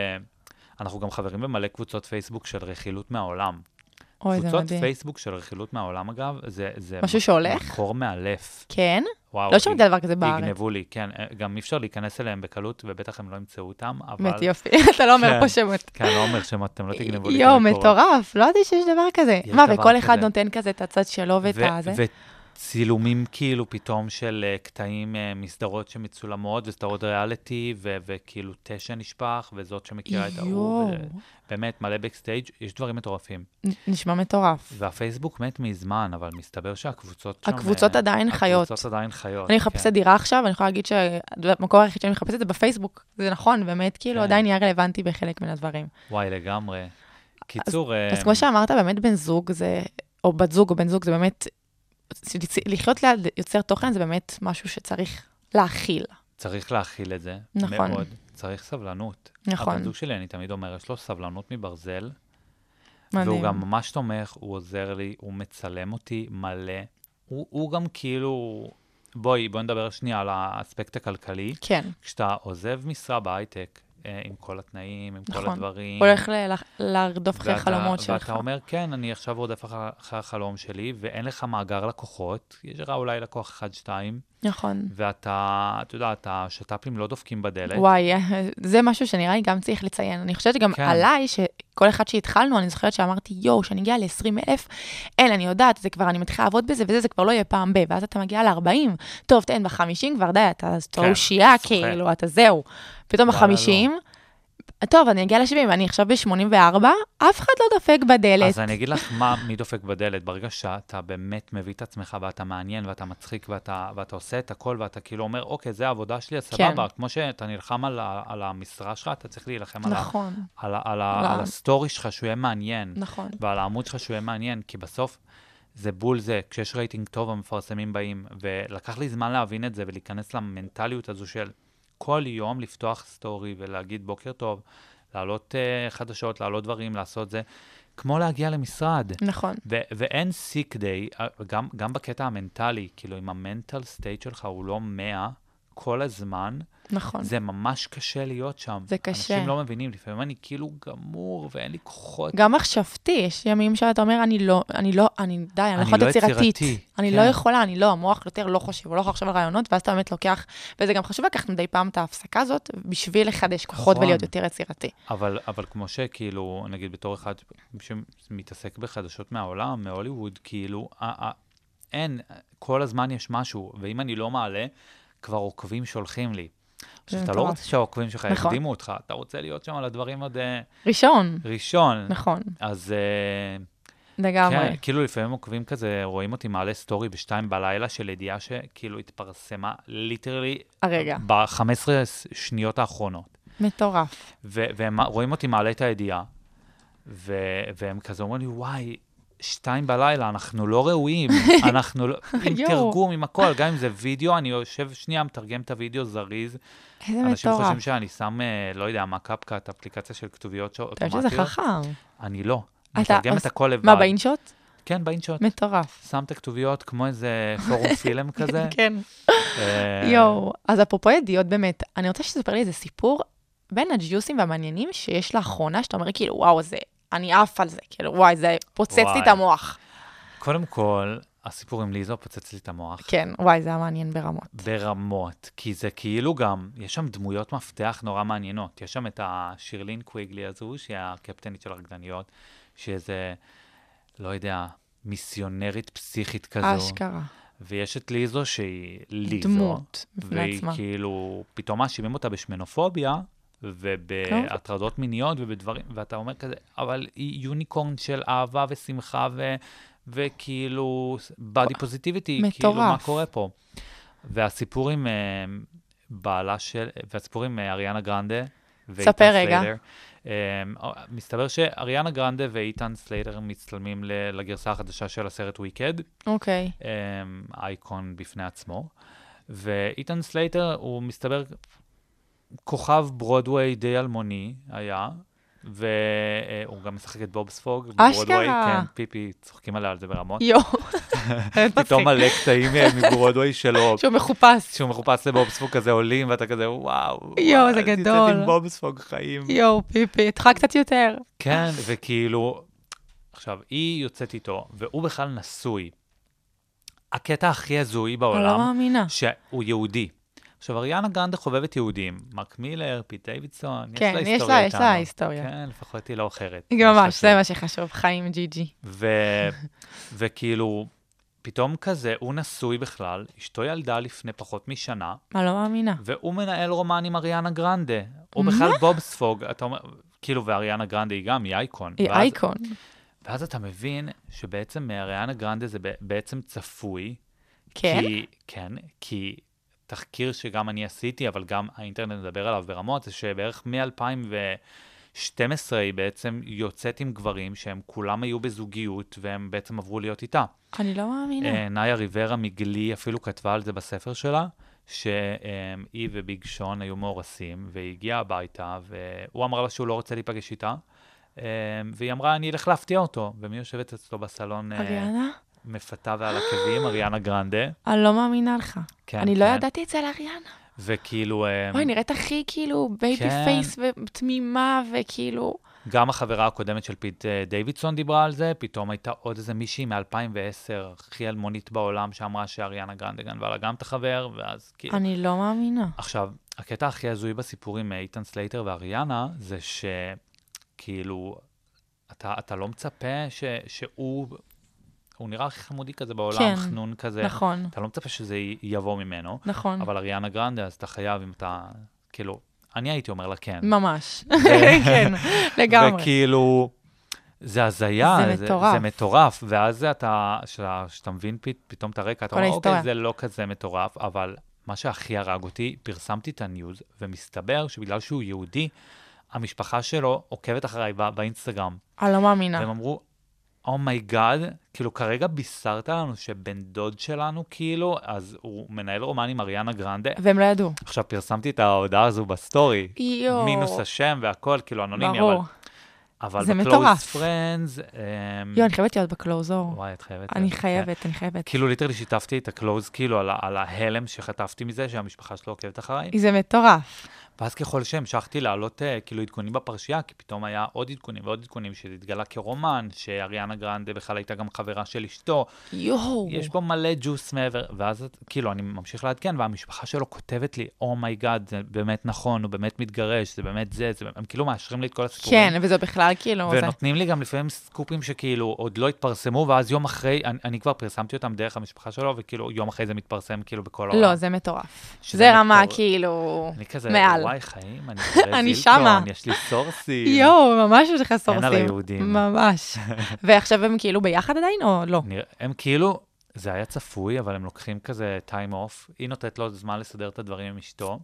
ואנחנו גם חברים במלא קבוצות פייסבוק של רכילות מהעולם. אוי, זה קבוצות מדהים. פייסבוק של רכילות מהעולם, אגב, זה משהו שהולך? מקור מאלף. כן? וואו, לא שמעתי דבר כזה בארץ. יגנבו לי, כן. גם אי אפשר להיכנס אליהם בקלות, ובטח הם לא ימצאו אותם, אבל... באמת יופי, אתה לא אומר כן. פה שמות. כן, לא אומר שמות, אתם לא תגנבו לי. יואו, כזה קורה. מטורף, לא ידעתי שיש דבר כזה. יש מה, דבר וכל אחד כזה. נותן כזה את הצד שלו ואת הזה? וצילומים כאילו פתאום של קטעים מסדרות שמצולמות, וסדרות ריאליטי, וכאילו תשע נשפח, וזאת שמכירה את ההוא. יואו. באמת, מלא בקסטייג', יש דברים מטורפים. נשמע מטורף. והפייסבוק מת מזמן, אבל מסתבר שהקבוצות שם... הקבוצות עדיין חיות. הקבוצות עדיין חיות. אני מחפשת דירה עכשיו, אני יכולה להגיד שהמקור היחיד שאני מחפשת זה בפייסבוק. זה נכון, באמת, כאילו כן. עדיין נהיה רלוונטי בחלק מן הדברים. וואי, לגמרי. קיצור... אז כמו שאמרת, באמת בן זוג זה, או בת זוג או בן זוג, זה באמת, לחיות ליד יוצר תוכן זה באמת משהו שצריך להכיל. צריך להכיל את זה. נכון. מאוד. צריך סבלנות. נכון. הבן זוג שלי, אני תמיד אומר, יש לו סבלנות מברזל, מדהים. והוא גם ממש תומך, הוא עוזר לי, הוא מצלם אותי מלא. הוא גם כאילו... בואי נדבר שנייה על האספקט הכלכלי. כן. כשאתה עוזב משרה בהייטק, עם כל התנאים, עם כל הדברים. הולך לרדוף אחרי חלומות שלך. ואתה אומר, כן, אני עכשיו רודף אחרי החלום שלי, ואין לך מאגר לקוחות, יש לך אולי לקוח 1-2, נכון. ואתה, אתה יודע, השטאפים לא דופקים בדלת. וואי, זה משהו שנראה לי גם צריך לציין. אני חושבת שגם עליי, שכל אחד שהתחלנו, אני זוכרת שאמרתי, שאני אגיע ל-20,000, אני יודעת, זה כבר, אני מתחילה לעבוד בזה, וזה כבר לא יהיה פעם ואז אתה מגיע ל-40, טוב, תן, ב-50 כבר די, אתה תרושייה, כאילו, אתה זהו. פתאום ב-50, טוב, אני אגיע ל-70, אני עכשיו ב-84, אף אחד לא דופק בדלת. אז אני אגיד לך מי דופק בדלת, ברגע שאתה באמת מביא את עצמך, ואתה מעניין, ואתה מצחיק, ואתה עושה את הכל, ואתה כאילו אומר, אוקיי, זה העבודה שלי, אז סבבה. כמו שאתה נלחם על המשרה שלך, אתה צריך להילחם על הסטורי שלך, שהוא יהיה מעניין. נכון. ועל העמוד שלך, שהוא יהיה מעניין, כי בסוף זה בול זה, כשיש רייטינג טוב, המפרסמים באים, ולקח לי זמן להבין את זה, ולהיכנס למנטליות הזו של כל יום לפתוח סטורי ולהגיד בוקר טוב, לעלות חדשות, לעלות דברים, לעשות זה, כמו להגיע למשרד. נכון. ואין סיק דיי, גם בקטע המנטלי, כאילו אם המנטל סטייט שלך הוא לא 100 כל הזמן, נכון. זה ממש קשה להיות שם. זה קשה. אנשים לא מבינים, לפעמים אני כאילו גמור ואין לי כוחות. גם מחשבתי, יש ימים שאתה אומר, אני לא יכולת יצירתית. אני לא יכולה, המוח יותר לא חושב, הוא לא יכול לחשוב על רעיונות, ואז אתה באמת לוקח, וזה גם חשוב לקחת מדי פעם את ההפסקה הזאת, בשביל לחדש כוחות ולהיות יותר יצירתי. אבל כמו שכאילו, נגיד בתור אחד שמתעסק בחדשות מהעולם, מהוליווד, כאילו, אין, כל הזמן יש משהו, ואם אני לא מעלה, כבר עוקבים שולחים לי. אתה לא רוצה שהעוקבים שלך יקדימו אותך, אתה רוצה להיות שם על הדברים עוד... ראשון. נכון. אז... לגמרי. כן, כאילו לפעמים עוקבים כזה, רואים אותי מעלה סטורי ב-2 בלילה של ידיעה שכאילו התפרסמה ליטרלי... הרגע. ב-15 שניות האחרונות. מטורף. והם רואים אותי מעלה את הידיעה, והם כזה אומרים לי, וואי, 2 בלילה, אנחנו לא ראויים, אנחנו לא... עם תרגום, עם הכל, גם אם זה וידאו, אני יושב שנייה, מתרגם את הוידאו זריז. איזה מטורף. אנשים חושבים שאני שם, לא יודע, מה קפקט, אפליקציה של כתוביות אוטומטיות. אתה חושב שזה חכם. אני לא. מתרגם את הכל לבד. מה, באינשוט? כן, באינשוט. מטורף. שם את הכתוביות כמו איזה פורום פילם כזה. כן. יואו, אז אפרופו ידיעות באמת, אני רוצה שתספר לי איזה סיפור בין הג'יוסים והמעניינים שיש לאחרונה, שאתה אומר כאילו, וואו, אני עף על זה, כאילו, וואי, זה פוצץ לי את המוח. קודם כל, הסיפור עם ליזו פוצץ לי את המוח. כן, וואי, זה היה מעניין ברמות. ברמות, כי זה כאילו גם, יש שם דמויות מפתח נורא מעניינות. יש שם את השירלין קוויגלי הזו, שהיא הקפטנית של הרקדניות, שאיזה, לא יודע, מיסיונרית פסיכית כזו. אשכרה. ויש את ליזו שהיא ליזו. דמות, בפני עצמה. והיא כאילו, פתאום מאשימים אותה בשמנופוביה, ובהטרדות מיניות ובדברים, ואתה אומר כזה, אבל היא יוניקורן של אהבה ושמחה וכאילו, body positivity, כאילו מה קורה פה. והסיפור עם בעלה של, והסיפור עם אריאנה גרנדה, ספר רגע. מסתבר שאריאנה גרנדה ואיתן סלייטר מצטלמים לגרסה החדשה של הסרט וויקד. אוקיי. אייקון בפני עצמו. ואיתן סלייטר הוא מסתבר כוכב ברודווי די אלמוני היה, והוא גם משחק את בובספוג. אשכרה. כן, פיפי, צוחקים עליה על זה ברמות. יו. פתאום מלא קטעים מברודווי שלו. שהוא מחופש. שהוא מחופש לבובספוג כזה עולים, ואתה כזה, וואו. יו, זה גדול. יצאת עם בובספוג חיים. יו, פיפי, איתך קצת יותר. כן, וכאילו, עכשיו, היא יוצאת איתו, והוא בכלל נשוי. הקטע הכי הזוי בעולם, לא מאמינה. שהוא יהודי. עכשיו, אריאנה גרנדה חובבת יהודים, מרק מילר, פיט דיווידסון, כן, יש לה היסטוריה. יש לה היסטוריה. כן, לפחות היא לא אחרת. ממש, זה מה שחשוב, חיים ג'י-ג'י. וכאילו, פתאום כזה, הוא נשוי בכלל, אשתו ילדה לפני פחות משנה. מה, לא מאמינה. והוא מנהל רומן עם אריאנה גרנדה. הוא בכלל בובספוג, אתה אומר, כאילו, ואריאנה גרנדה היא גם, היא אייקון. היא אייקון. ואז אתה מבין שבעצם אריאנה גרנדה זה בעצם צפוי. כן? כן, כי תחקיר שגם אני עשיתי, אבל גם האינטרנט מדבר עליו ברמות, זה שבערך מ-2012 היא בעצם יוצאת עם גברים שהם כולם היו בזוגיות, והם בעצם עברו להיות איתה. אני לא מאמינה. נאיה ריברה מגלי אפילו כתבה על זה בספר שלה, שהיא וביג שון היו מאורסים, והיא הגיעה הביתה, והוא אמר לה שהוא לא רוצה להיפגש איתה, והיא אמרה, אני אלך להפתיע אותו, ומי יושבת אצלו בסלון? אריאנה? מפתה ועל עקבים, אריאנה גרנדה. אני לא מאמינה לך. כן, אני לא ידעתי את זה על אריאנה. וכאילו... אוי, נראית הכי כאילו בייבי פייס ותמימה וכאילו... גם החברה הקודמת של פיט דיווידסון דיברה על זה, פתאום הייתה עוד איזה מישהי מ-2010, הכי אלמונית בעולם, שאמרה שאריאנה גרנדה גנבה לה גם את החבר, ואז כאילו... אני לא מאמינה. עכשיו, הקטע הכי הזוי בסיפור עם איתן סלייטר ואריאנה, זה שכאילו, אתה לא מצפה שהוא... הוא נראה הכי חמודי כזה בעולם, כן, חנון כזה. נכון. אתה לא מצפה שזה יבוא ממנו. נכון. אבל אריאנה גרנדה, אז אתה חייב, אם אתה, כאילו, אני הייתי אומר לה כן. ממש. כן, לגמרי. וכאילו, זה הזיה, זה מטורף. זה מטורף, ואז שאתה מבין פתאום את הרקע, אתה אומר, אוקיי, זה לא כזה מטורף, אבל מה שהכי הרג אותי, פרסמתי את הניוז, ומסתבר שבגלל שהוא יהודי, המשפחה שלו עוקבת אחריי באינסטגרם. אני לא מאמינה. והם אמרו, אומייגאד, כאילו כרגע בישרת לנו שבן דוד שלנו, כאילו, אז הוא מנהל רומן עם אריאנה גרנדה. והם לא ידעו. עכשיו פרסמתי את ההודעה הזו בסטורי. יו. מינוס השם והכל, כאילו אנונימי. ברור. אבל זה בקלוז מטורף. פרנדס... יו, אני חייבת להיות בקלוזור. וואי, את חייבת. אני חייבת. כאילו ליטרלי שיתפתי את הקלוז, כאילו על ההלם שחטפתי מזה, שהמשפחה שלו עוקבת אחריי. זה מטורף. ואז ככל שהמשכתי לעלות כאילו עדכונים בפרשייה, כי פתאום היה עוד עדכונים ועוד עדכונים, שזה התגלה כרומן, שאריאנה גרנדה בכלל הייתה גם חברה של אשתו. יואו. יש בו מלא ג'וס מעבר, ואז כאילו אני ממשיך לעדכן, והמשפחה שלו כותבת לי, אומייגאד, זה באמת נכון, הוא באמת מתגרש, זה באמת זה, הם כאילו מאשרים לי את כל הסיפורים. כן, וזה בכלל כאילו... ונותנים לי גם לפעמים סקופים שכאילו עוד לא התפרסמו, ואז יום אחרי, אני כבר פרסמתי אותם דרך המשפחה שלו, וכאילו יום אחרי זה מתפרסם כאילו בכל העולם. לא, זה מטורף. זה רמה כאילו מעל. וואי, חיים, אני שמה. יש לי סורסים. יואו, ממש יש לך סורסים. אין על היהודים. ממש. ועכשיו הם כאילו ביחד עדיין או לא? הם כאילו, זה היה צפוי, אבל הם לוקחים כזה time off. היא נותנת לו זמן לסדר את הדברים עם אשתו.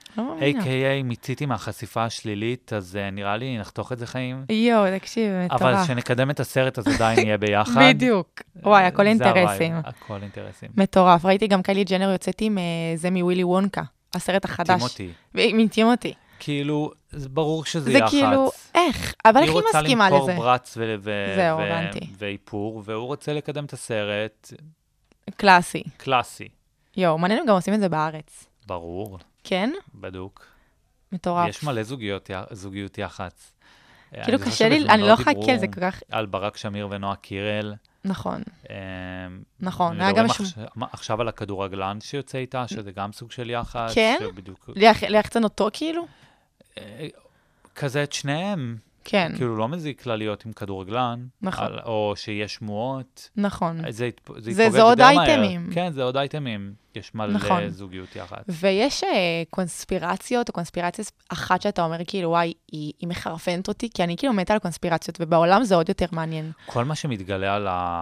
A.K.A. מיציתי מהחשיפה השלילית, אז נראה לי נחתוך את זה חיים. יואו, תקשיב, מטורף. אבל כשנקדם את הסרט, אז עדיין נהיה ביחד. בדיוק. וואי, הכל אינטרסים. הכל אינטרסים. מטורף. ראיתי גם קיילי ג'נר יוצאת עם זה מווילי וונקה, הסרט החדש. טימותי. כאילו, זה ברור שזה יחץ. זה כאילו, איך? אבל איך היא מסכימה לזה? היא רוצה למכור ברץ ואיפור, והוא רוצה לקדם את הסרט. קלאסי. יואו, מעניין אם גם עושים את זה בארץ. ברור. כן? בדוק. מטורף. יש מלא זוגיות יח"צ. כאילו קשה לי, אני לא חכה, זה כל כך... על ברק שמיר ונועה קירל. נכון. נכון. היה מדברים גם עכשיו על הכדורגלן שיוצא איתה, שזה גם סוג של יח"צ. כן? ליחצן אותו כאילו? כזה את שניהם. כן. כאילו לא מזיק לה להיות עם כדורגלן. נכון. או שיש שמועות. נכון. זה זה עוד אייטמים. כן, זה עוד אייטמים. יש מלא זוגיות יח"צ. ויש קונספירציות או קונספירציה אחת שאתה אומר כאילו, וואי, היא מחרפנת אותי, כי אני כאילו מתה על קונספירציות, ובעולם זה עוד יותר מעניין. כל מה שמתגלה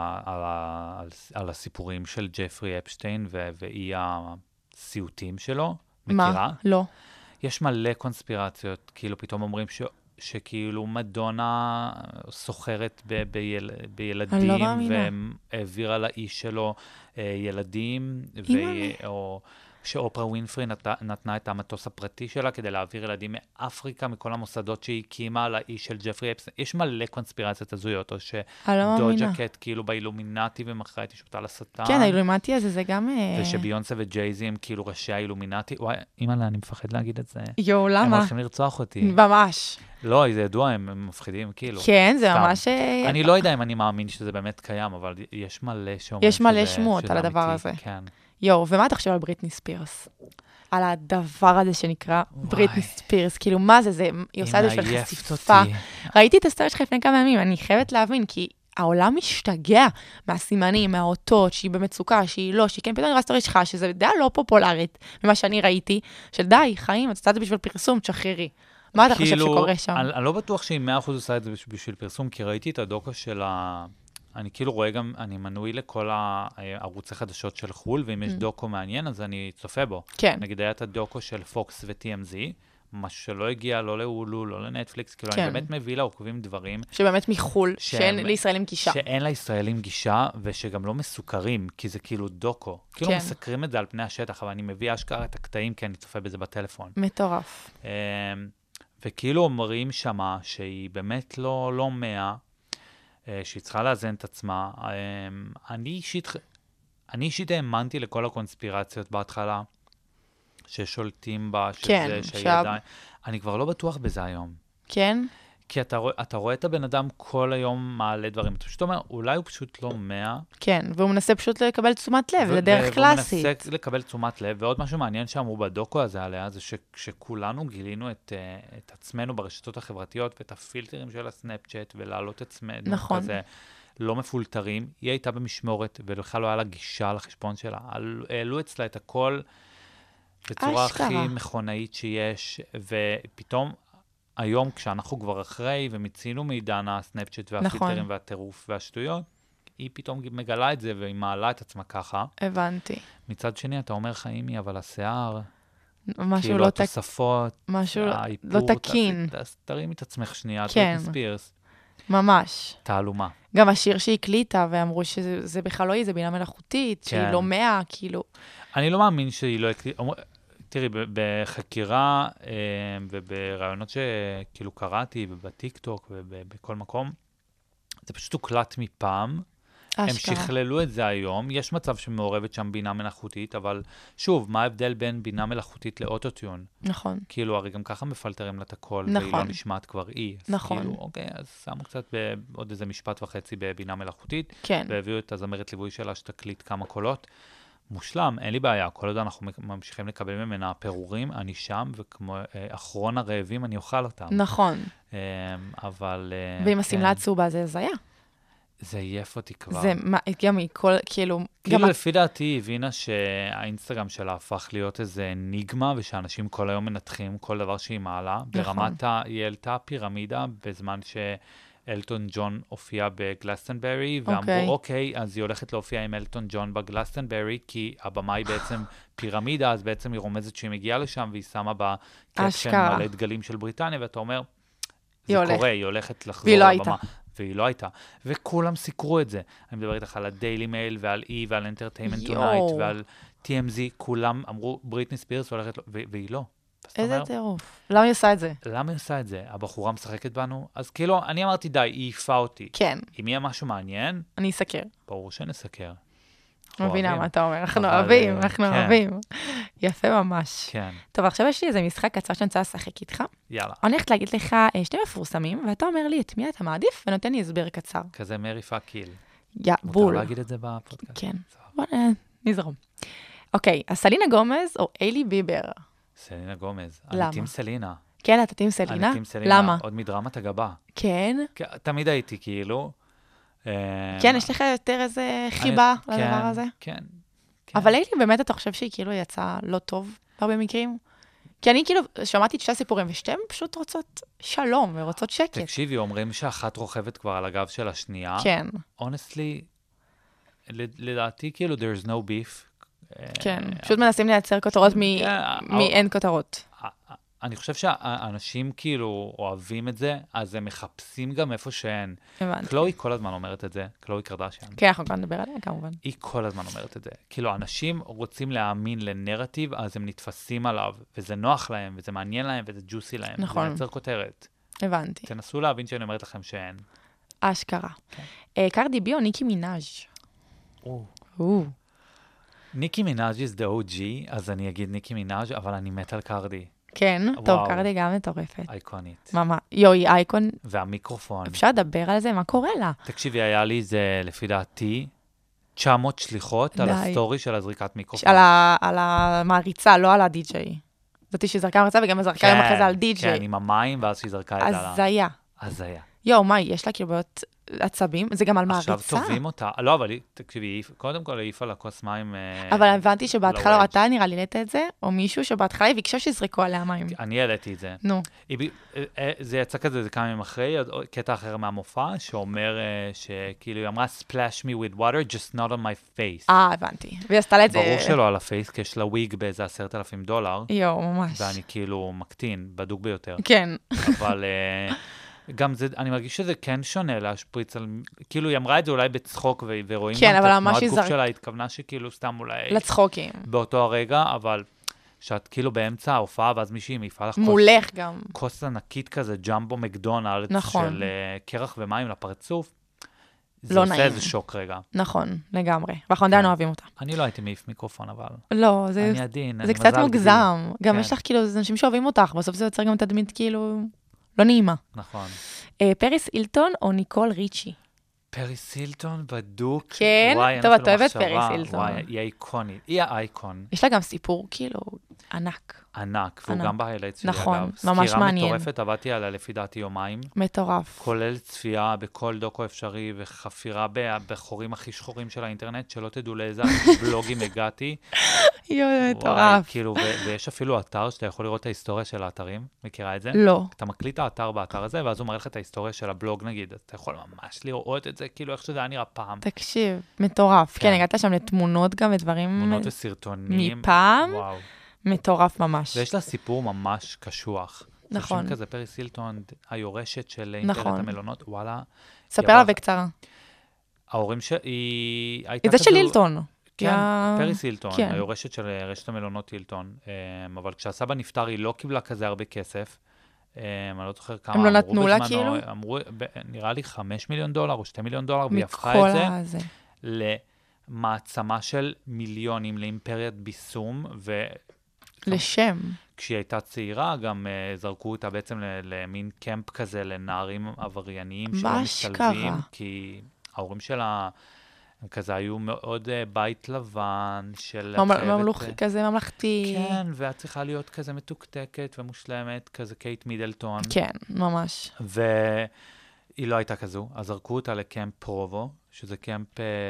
על הסיפורים של ג'פרי אפשטיין ואי הסיוטים שלו, מכירה? מה? לא. יש מלא קונספירציות, כאילו פתאום אומרים שכאילו מדונה סוחרת בילדים, והעבירה לאיש שלו ילדים, או שאופרה ווינפרי נתנה את המטוס הפרטי שלה כדי להעביר ילדים מאפריקה, מכל המוסדות שהיא הקימה לאיש של ג'פרי אפשטיין. יש מלא קונספירציות הזויות, או שדוג'ה קט כאילו באילומינטי ומכרה את ישותה לשטן. כן, האילומינטי הזה זה גם... ושביונסה וג'ייזי הם כאילו ראשי האילומינטי. וואי, אימא'לה, אני מפחד להגיד את זה. יואו, למה? הם הולכים לרצוח אותי. ממש. לא, זה ידוע, הם מפחידים, כאילו. כן, זה ממש... אני לא יודע אם אני מאמין שזה באמת קיים, אבל יש מלא שאומרים יש מלא שמועות על הדבר הזה. כן. יואו, ומה אתה חושב על בריטני ספירס? על הדבר הזה שנקרא בריטני ספירס, כאילו מה זה, היא עושה את זה של חשיפה. ראיתי את הסטורי שלך לפני כמה ימים, אני חייבת להבין, כי העולם משתגע מהסימנים, מהאותות, שהיא במצוקה, שהיא לא, שהיא כן, פתאום נראה סטורי שלך, שזה דעה לא פופולרית, ממה שאני ראיתי, של די, חיים, את עושה את זה בשביל פרסום, תשחררי. מה אתה חושב שקורה שם? אני לא בטוח שהיא 100% עושה את זה בשביל פרסום, כי ראיתי את הדוקו של אני כאילו רואה גם, אני מנוי לכל הערוצי חדשות של חול, ואם יש דוקו מעניין, אז אני צופה בו. כן. נגיד היה את הדוקו של פוקס ו-TMZ, משהו שלא הגיע לא להולו, לא לנטפליקס, כאילו אני באמת מביא לעוקבים דברים. שבאמת מחול, שאין לישראלים גישה. שאין לישראלים גישה, ושגם לא מסוכרים, כי זה כאילו דוקו. כאילו מסקרים את זה על פני השטח, אבל אני מביא אשכרה את הקטעים, כי אני צופה בזה בטלפון. מטורף. וכאילו אומרים שמה, שהיא באמת לא 100, שהיא צריכה לאזן את עצמה. אני אישית האמנתי לכל הקונספירציות בהתחלה, ששולטים בה, שזה, שהידיים. אני כבר לא בטוח בזה היום. כן? כי אתה רואה את הבן אדם כל היום מעלה דברים. אתה פשוט אומר, אולי הוא פשוט לא 100. כן, והוא מנסה פשוט לקבל תשומת לב, לדרך קלאסית. והוא מנסה לקבל תשומת לב, ועוד משהו מעניין שאמרו בדוקו הזה עליה, זה שכולנו גילינו את עצמנו ברשתות החברתיות, ואת הפילטרים של הסנאפצ'אט, ולהעלות עצמנו נכון. כזה לא מפולטרים. היא הייתה במשמורת, ובכלל לא היה לה גישה לחשבון שלה. העלו אצלה את הכל בצורה הכי מכונאית שיש, ופתאום היום, כשאנחנו כבר אחרי, ומצינו מעידן הסנאפצ'אט והפילטרים והטירוף והשטויות, היא פתאום מגלה את זה, והיא מעלה את עצמה ככה. הבנתי. מצד שני, אתה אומר, חיימי, אבל השיער, משהו כאילו לא התוספות, משהו לא תקין. תרים את עצמך שנייה, כן. בריטני ספירס. ממש. תעלומה. גם השיר שהיא הקליטה, ואמרו שזה בכלל לא היא, זה בינה מלאכותית, שהיא לא 100, כאילו. אני לא מאמין שהיא לא הקליטה. תראי, בחקירה וברעיונות שכאילו קראתי, ובטיקטוק ובכל מקום, זה פשוט הוקלט מפעם. הם שכללו את זה היום. יש מצב שמעורבת שם בינה מלאכותית, אבל שוב, מה ההבדל בין בינה מלאכותית לאוטוטיון? נכון. כאילו, הרי גם ככה מפלטרים לה את הכל, והיא לא נשמעת כבר אי. נכון. אז כאילו, אוקיי, אז שמו קצת עוד איזה משפט וחצי בבינה מלאכותית, כן. והביאו את הזמרת ליווי שלה שתקליט כמה קולות. מושלם, אין לי בעיה, כל עוד אנחנו ממשיכים לקבל ממנה פירורים, אני שם, וכמו אחרון הרעבים אני אוכל אותם. נכון. אבל... ועם הסמלה הצהובה זה הזיה. זה עייף אותי כבר. זה גם כל, כאילו... כאילו לפי דעתי היא הבינה שהאינסטגרם שלה הפך להיות איזה ניגמה, ושאנשים כל היום מנתחים כל דבר שהיא מעלה. ברמת היא העלתה פירמידה בזמן אלטון ג'ון הופיע בגלסטנברי, ואמרו, אוקיי, אז היא הולכת להופיע עם אלטון ג'ון בגלסטנברי, כי הבמה היא בעצם פירמידה, אז בעצם היא רומזת שהיא מגיעה לשם, והיא שמה בקפשן מלא דגלים של בריטניה, ואתה אומר, זה קורה, היא הולכת לחזור לבמה. והיא לא הייתה. וכולם סיקרו את זה. אני מדבר איתך על הדיילי מייל, ועל E, ועל Entertainment Tonight, ועל TMZ, כולם אמרו, בריטני ספירס הולכת, והיא לא. איזה טירוף. למה היא עושה את זה? למה היא עושה את זה? הבחורה משחקת בנו? אז כאילו, אני אמרתי, די, היא העיפה אותי. כן. אם יהיה משהו מעניין, אני אסקר. ברור שנסקר. מבינה מה אתה אומר, אנחנו אוהבים, אנחנו אוהבים. יפה ממש. כן, טוב, עכשיו יש לי איזה משחק קצר שאני רוצה לשחק איתך. יאללה. אני הולכת להגיד לך שני מפורסמים, ואתה אומר לי את מי אתה מעדיף, ונותן לי הסבר קצר. כזה מרי פאקיל. בול. מותר להגיד את זה בפודקאסט? כן. בוא נזרום. אוקיי, אז סלינה גומז או איילי ביבר? סלינה גומז. למה? אני טים סלינה. כן, אתה טים סלינה? אני טים סלינה. למה? עוד מדרמת הגבה. כן. תמיד הייתי כאילו. כן, יש לך יותר איזה חיבה לדבר הזה? כן. אבל איילי, באמת אתה חושב שהיא כאילו יצאה לא טוב בהרבה מקרים? כי אני כאילו שמעתי את שתי הסיפורים, ושתיהן פשוט רוצות שלום ורוצות שקט. תקשיבי, אומרים שאחת רוכבת כבר על הגב של השנייה. כן. honestly, לדעתי כאילו there's no beef. כן, פשוט מנסים לייצר כותרות מאין כותרות. אני חושב שהאנשים כאילו אוהבים את זה, אז הם מחפשים גם איפה שהן. הבנתי. קלואי כל הזמן אומרת את זה, קלואי קרדשיאן. כן, אנחנו גם נדבר עליה כמובן. היא כל הזמן אומרת את זה. כאילו, אנשים רוצים להאמין לנרטיב, אז הם נתפסים עליו, וזה נוח להם, וזה מעניין להם, וזה ג'וסי להם. נכון. זה מייצר כותרת. הבנתי. תנסו להבין שאני אומרת לכם שאין. אשכרה. קרדי בי או ניקי מינאז'? ניקי מינאז' is the OG, אז אני אגיד ניקי מינאז', אבל אני מת על קרדי. כן, טוב, קרדי גם מטורפת. אייקונית. ממש, יואי, אייקון. והמיקרופון. אפשר לדבר על זה? מה קורה לה? תקשיבי, היה לי זה, לפי דעתי, 900 שליחות על הסטורי של הזריקת מיקרופון. על המעריצה, לא על הדי-ג'יי. זאתי שזרקה מרצה וגם זרקה יום אחרי זה על די-ג'יי. כן, עם המים, ואז שהיא זרקה את זה על הזיה. הזיה. יואו, מה, יש לה כאילו בעיות עצבים? זה גם על מעריצה? עכשיו טובים אותה. לא, אבל תקשיבי, קודם כל העיפה לה כוס מים. אבל הבנתי שבהתחלה, אתה נראה לי העלית את זה, או מישהו שבהתחלה היא ביקשה שיזרקו עליה מים. אני העליתי את זה. נו. זה יצא כזה, זה כמה ימים אחרי, קטע אחר מהמופע, שאומר שכאילו היא אמרה, splash me with water, just not on my face. הבנתי. והיא עשתה לה את זה. ברור שלא על הפייס, כי יש לה וויג באיזה $10,000. יואו, ממש. ואני כאילו מקטין, בדוק ביותר. כן. אבל גם זה, אני מרגיש שזה כן שונה להשפריץ על, כאילו היא אמרה את זה אולי בצחוק, ורואים כן, גם את התנועת גוף שלה, התכוונה שכאילו סתם אולי לצחוקים. באותו הרגע, אבל שאת כאילו באמצע ההופעה, ואז מישהי מעיפה לך מולך גם. כוס ענקית כזה, ג'מבו מקדונלדס, נכון. של קרח ומים לפרצוף, זה לא עושה נעים. איזה שוק רגע. נכון, לגמרי. ואנחנו עדיין אוהבים אותה. אני לא הייתי מעיף מיקרופון, אבל לא, זה אני עדין, זה קצת מוגזם. גם כן. יש לך כאילו, זה אנשים שאוהבים אותך, בסוף זה יוצר גם תדמית כאילו לא נעימה. נכון. פריס הילטון או ניקול ריצ'י? פריס הילטון בדוק. כן? וואי, טוב, אין את אוהבת אפילו מחשבה. פריס הילטון. וואי, היא איקונית. היא האייקון. יש לה גם סיפור כאילו ענק. ענק, והוא ענק. גם בהיילייטס שלי, נכון, אגב. ממש מעניין. סקירה מטורפת, עבדתי עליה לפי דעתי יומיים. מטורף. כולל צפייה בכל דוקו אפשרי, וחפירה בחורים הכי שחורים של האינטרנט, שלא תדעו לאיזה בלוגים הגעתי. יואו, וואי, מטורף. כאילו, ויש אפילו אתר שאתה יכול לראות את ההיסטוריה של האתרים. מכירה את זה? לא. אתה מקליט את האתר באתר הזה, ואז הוא מראה לך את ההיסטוריה של הבלוג, נגיד. אתה יכול ממש לראות את זה, כאילו איך שזה היה נראה פעם. תקשיב, מטורף. כן. כן, הגעת שם לתמונות גם ודברים תמונות וסרטונים. מפעם. וואו. מטורף ממש. ויש לה סיפור ממש קשוח. נכון. חושבים כזה פריס הילטון, היורשת של נכון. אימפריית המלונות, וואלה. ספר לה בקצרה. ההורים שהיא הייתה זה של הילטון. כן, פריס הילטון, כן. היורשת של רשת המלונות הילטון. אבל כשהסבא נפטר, היא לא קיבלה כזה הרבה כסף. אני לא זוכר כמה. הם לא נתנו לה בזמנו, כאילו? אמרו, נראה לי $5 מיליון או $2 מיליון, והיא הפכה מכל את הזה. זה למעצמה של מיליונים, לאימפריית ביסום, לשם. כשהיא הייתה צעירה, גם זרקו אותה בעצם למין קמפ כזה לנערים עברייניים שלא משתלבים, כי ההורים שלה הם כזה היו מאוד בית לבן של... כזה ממלכתי. כן, ואת צריכה להיות כזה מתוקתקת ומושלמת, כזה קייט מידלטון. כן, ממש. והיא לא הייתה כזו, אז זרקו אותה לקמפ פרובו, שזה קמפ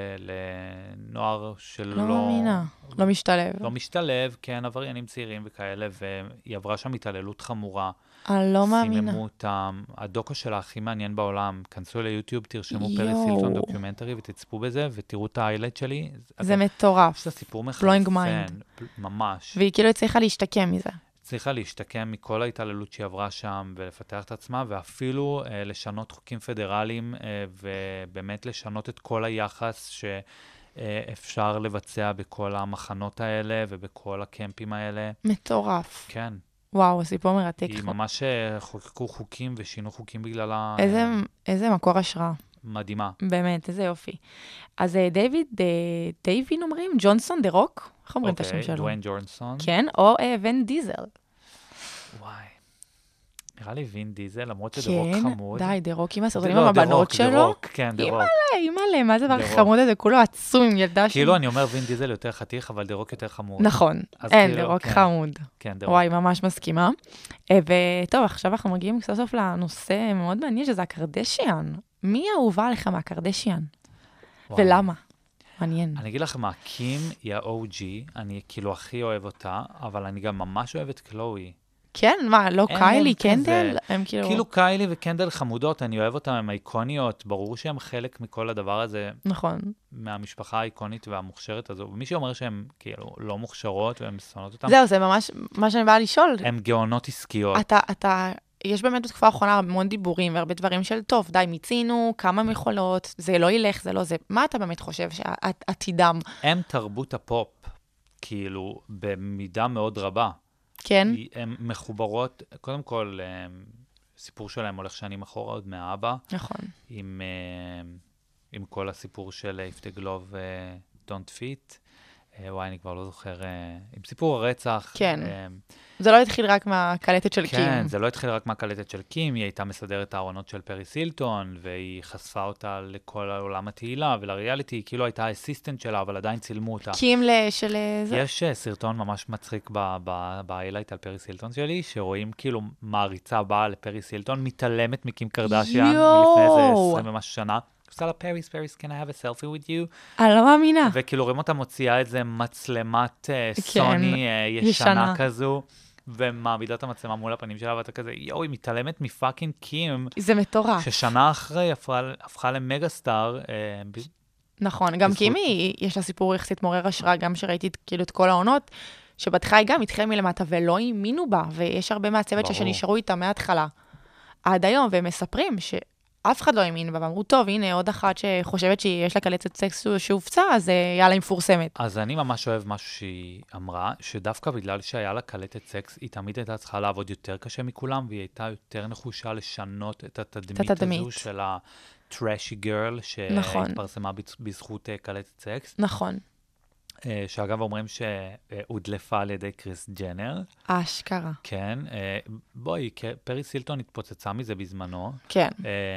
לנוער שלא... לא מאמינה, לא משתלב. לא משתלב, כן, עבריינים צעירים וכאלה, והיא עברה שם התעללות חמורה. לא מאמינה. סיממו אותם. הדוקו שלה הכי מעניין בעולם. כנסו ליוטיוב, תרשמו פריס הילטון דוקומנטרי ותצפו בזה, ותראו את האיילט שלי. זה מטורף. יש לה סיפור מחרפן. ממש. והיא כאילו הצליחה להשתקם מזה. הצליחה להשתקם מכל ההתעללות שהיא עברה שם, ולפתח את עצמה, ואפילו לשנות חוקים פדרליים, ובאמת לשנות את כל היחס שאפשר לבצע בכל המחנות האלה, ובכל הקמפים האלה. מטורף. כן. וואו, סיפור מרתק. היא ממש חוקקו חוקים ושינו חוקים בגללה. איזה מקור השראה. מדהימה. באמת, איזה יופי. אז דיווין אומרים, ג'ונסון דה רוק, איך אומרים את השם שלו? דוויין ג'ורנסון. כן, או ון דיזל. וואי. נראה לי וין דיזל, למרות שדרוק חמוד. די, דרוק עם הסרטונים עם הבנות שלו. דרוק, כן, דרוק. אימא'לה, מה זה דבר חמוד הזה? כולו עצום עם ילדה כאילו אני אומר וין דיזל יותר חתיך, אבל דרוק יותר חמוד. נכון, אין, דרוק חמוד. כן, דרוק. וואי, ממש מסכימה. וטוב, עכשיו אנחנו מגיעים סוף סוף לנושא מאוד מעניין, שזה הקרדשיאן. מי האהובה עליך מהקרדשיאן? ולמה? מעניין. אני אגיד לך מה, קים היא ה-OG, אני כאילו הכי אוהב אותה, אבל אני גם ממש אוהב את קלואי. כן, מה, לא קיילי, קנדל? הם כאילו קיילי וקנדל חמודות, אני אוהב אותם, הם אייקוניות, ברור שהם חלק מכל הדבר הזה. נכון. מהמשפחה האיקונית והמוכשרת הזו. ומי שאומר שהם כאילו לא מוכשרות והם שונאות אותם. זהו, זה ממש מה שאני באה לשאול. הם גאונות עסקיות. יש באמת בתקופה האחרונה המון דיבורים והרבה דברים של טוב, די, מיצינו, כמה מכולות, זה לא ילך, זה לא זה. מה אתה באמת חושב שעתידם? הם תרבות הפופ, כאילו, במידה מאוד רבה. כן. הן מחוברות, קודם כל, סיפור שלהם הולך שנים אחורה עוד מהאבא. נכון. עם כל הסיפור של If the Glove Don't Fit. וואי, אני כבר לא זוכר. עם סיפור הרצח. כן. זה לא התחיל רק מהקלטת של קים. כן, זה לא התחיל רק מהקלטת של קים. היא הייתה מסדרת הארונות של פריס הילטון, והיא חשפה אותה לכל העולם התהילה ולריאליטי. היא כאילו הייתה האסיסטנט שלה, אבל עדיין צילמו אותה. קים של זה? יש סרטון ממש מצחיק בהיילייט על פריס הילטון שלי, שרואים כאילו מעריצה באה לפריס הילטון, מתעלמת מקים קרדשיאן מלפני איזה 20 ומשהו שנה. עושה לה פריס, can I have a selfie with you? אני לא מאמינה. וכאילו רואים אותה מוציאה איזה מצלמת סוני ישנה כזו, ומעמידה את המצלמה מול הפנים שלה, ואתה כזה, יואו, היא מתעלמת מפאקינג קים. זה מטורף. ששנה אחרי הפכה למגה סטאר. נכון, גם קים יש לה סיפור יחסית מעורר השראה, גם שראיתי כאילו את כל העונות, שבתחילה היא גם התחילה מלמטה ולא האמינו בה, ויש הרבה מהצוות שנשארו איתה מההתחלה. עד היום, והם מספרים אף אחד לא האמין בה, ואמרו, טוב, הנה עוד אחת שחושבת שיש לה קלצת סקס שהופצה, אז יאללה, היא מפורסמת. אז אני ממש אוהב משהו שהיא אמרה, שדווקא בגלל שהיה לה קלטת סקס, היא תמיד הייתה צריכה לעבוד יותר קשה מכולם, והיא הייתה יותר נחושה לשנות את התדמית הזו של הטרשי גרל, שהתפרסמה בזכות קלטת סקס. נכון. שאגב אומרים שהודלפה על ידי קריס ג'נר. אשכרה. כן. בואי, פריס הילטון התפוצצה מזה בזמנו. כן.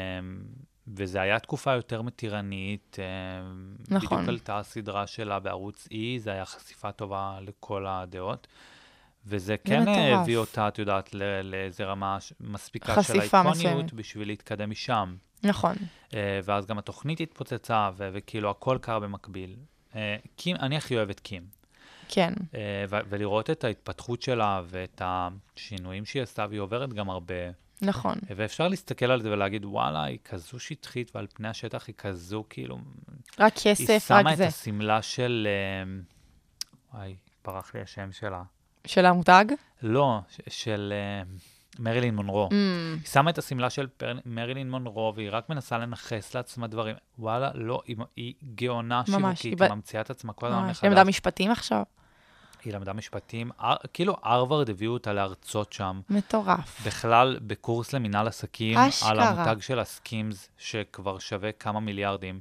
וזה היה תקופה יותר מתירנית. נכון. בדיוק עלתה הסדרה שלה בערוץ E, זה היה חשיפה טובה לכל הדעות. וזה כן הביא אותה, את יודעת, לאיזה רמה מספיקה של האיקוניות בשביל להתקדם משם. נכון. ואז גם התוכנית התפוצצה, וכאילו הכל קרה במקביל. קים, אני הכי אוהב את קים. כן. ולראות את ההתפתחות שלה ואת השינויים שהיא עשתה, והיא עוברת גם הרבה. נכון. ואפשר להסתכל על זה ולהגיד, וואלה, היא כזו שטחית, ועל פני השטח היא כזו, כאילו... רק כסף, רק זה. היא שמה את הסמלה של... וואי, ברח לי השם שלה. של המותג? לא, של... מרילין מונרו. היא שמה את הסמלה של מרילין מונרו, והיא רק מנסה לנחס לעצמה דברים. וואלה, לא, היא גאונה שיווקית, היא ממציאה את עצמה כל הזמן מחדש. היא למדה משפטים עכשיו? היא למדה משפטים, כאילו הרווארד הביאו אותה להרצות שם. מטורף. בכלל, בקורס למינהל עסקים, אשכרה. על המותג של הסקימס, שכבר שווה כמה מיליארדים.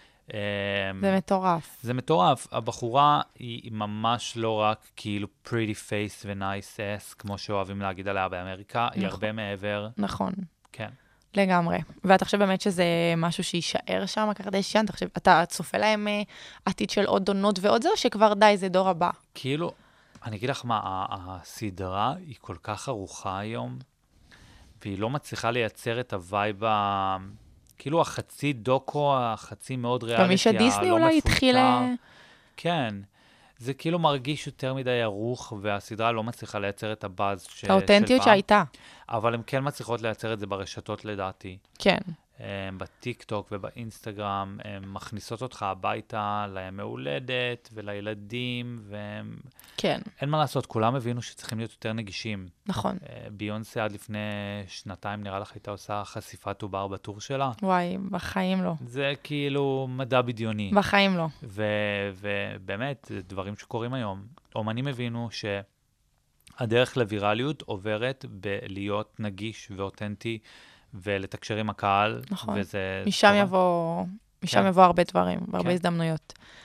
זה מטורף. זה מטורף. הבחורה היא ממש לא רק כאילו pretty face ו-nice ass, כמו שאוהבים להגיד עליה באמריקה, היא הרבה מעבר. נכון. כן. לגמרי. ואתה חושב באמת שזה משהו שישאר שם, הקרדשיאן? אתה צופה להם עתיד של עוד עונות ועוד זה, או שכבר די, זה דור הבא? כאילו, אני אגיד לך מה, הסדרה היא כל כך ארוכה היום, והיא לא מצליחה לייצר את הווייב כאילו החצי דוקו, החצי מאוד ריאליטי, ומי שדיסני אולי התחיל... כן. זה כאילו מרגיש יותר מדי ערוך, והסדרה לא מצליחה לייצר את הבאז של פעם. האותנטיות שהייתה. אבל הן כן מצליחות לייצר את זה ברשתות לדעתי. כן. בטיק טוק ובאינסטגרם, הן מכניסות אותך הביתה למהולדת ולילדים, והן... כן. אין מה לעשות, כולם הבינו שצריכים להיות יותר נגישים. נכון. ביונסה עד לפני 2 נראה לך הייתה עושה חשיפת עובר בטור שלה. וואי, בחיים לא. זה כאילו מדע בדיוני. בחיים לא. ובאמת, זה דברים שקורים היום. אומנים הבינו שהדרך לווירליות עוברת בלהיות נגיש ואותנטי, ולתקשר עם הקהל. נכון. וזה... משם יבוא הרבה דברים, והרבה הזדמנויות. כן.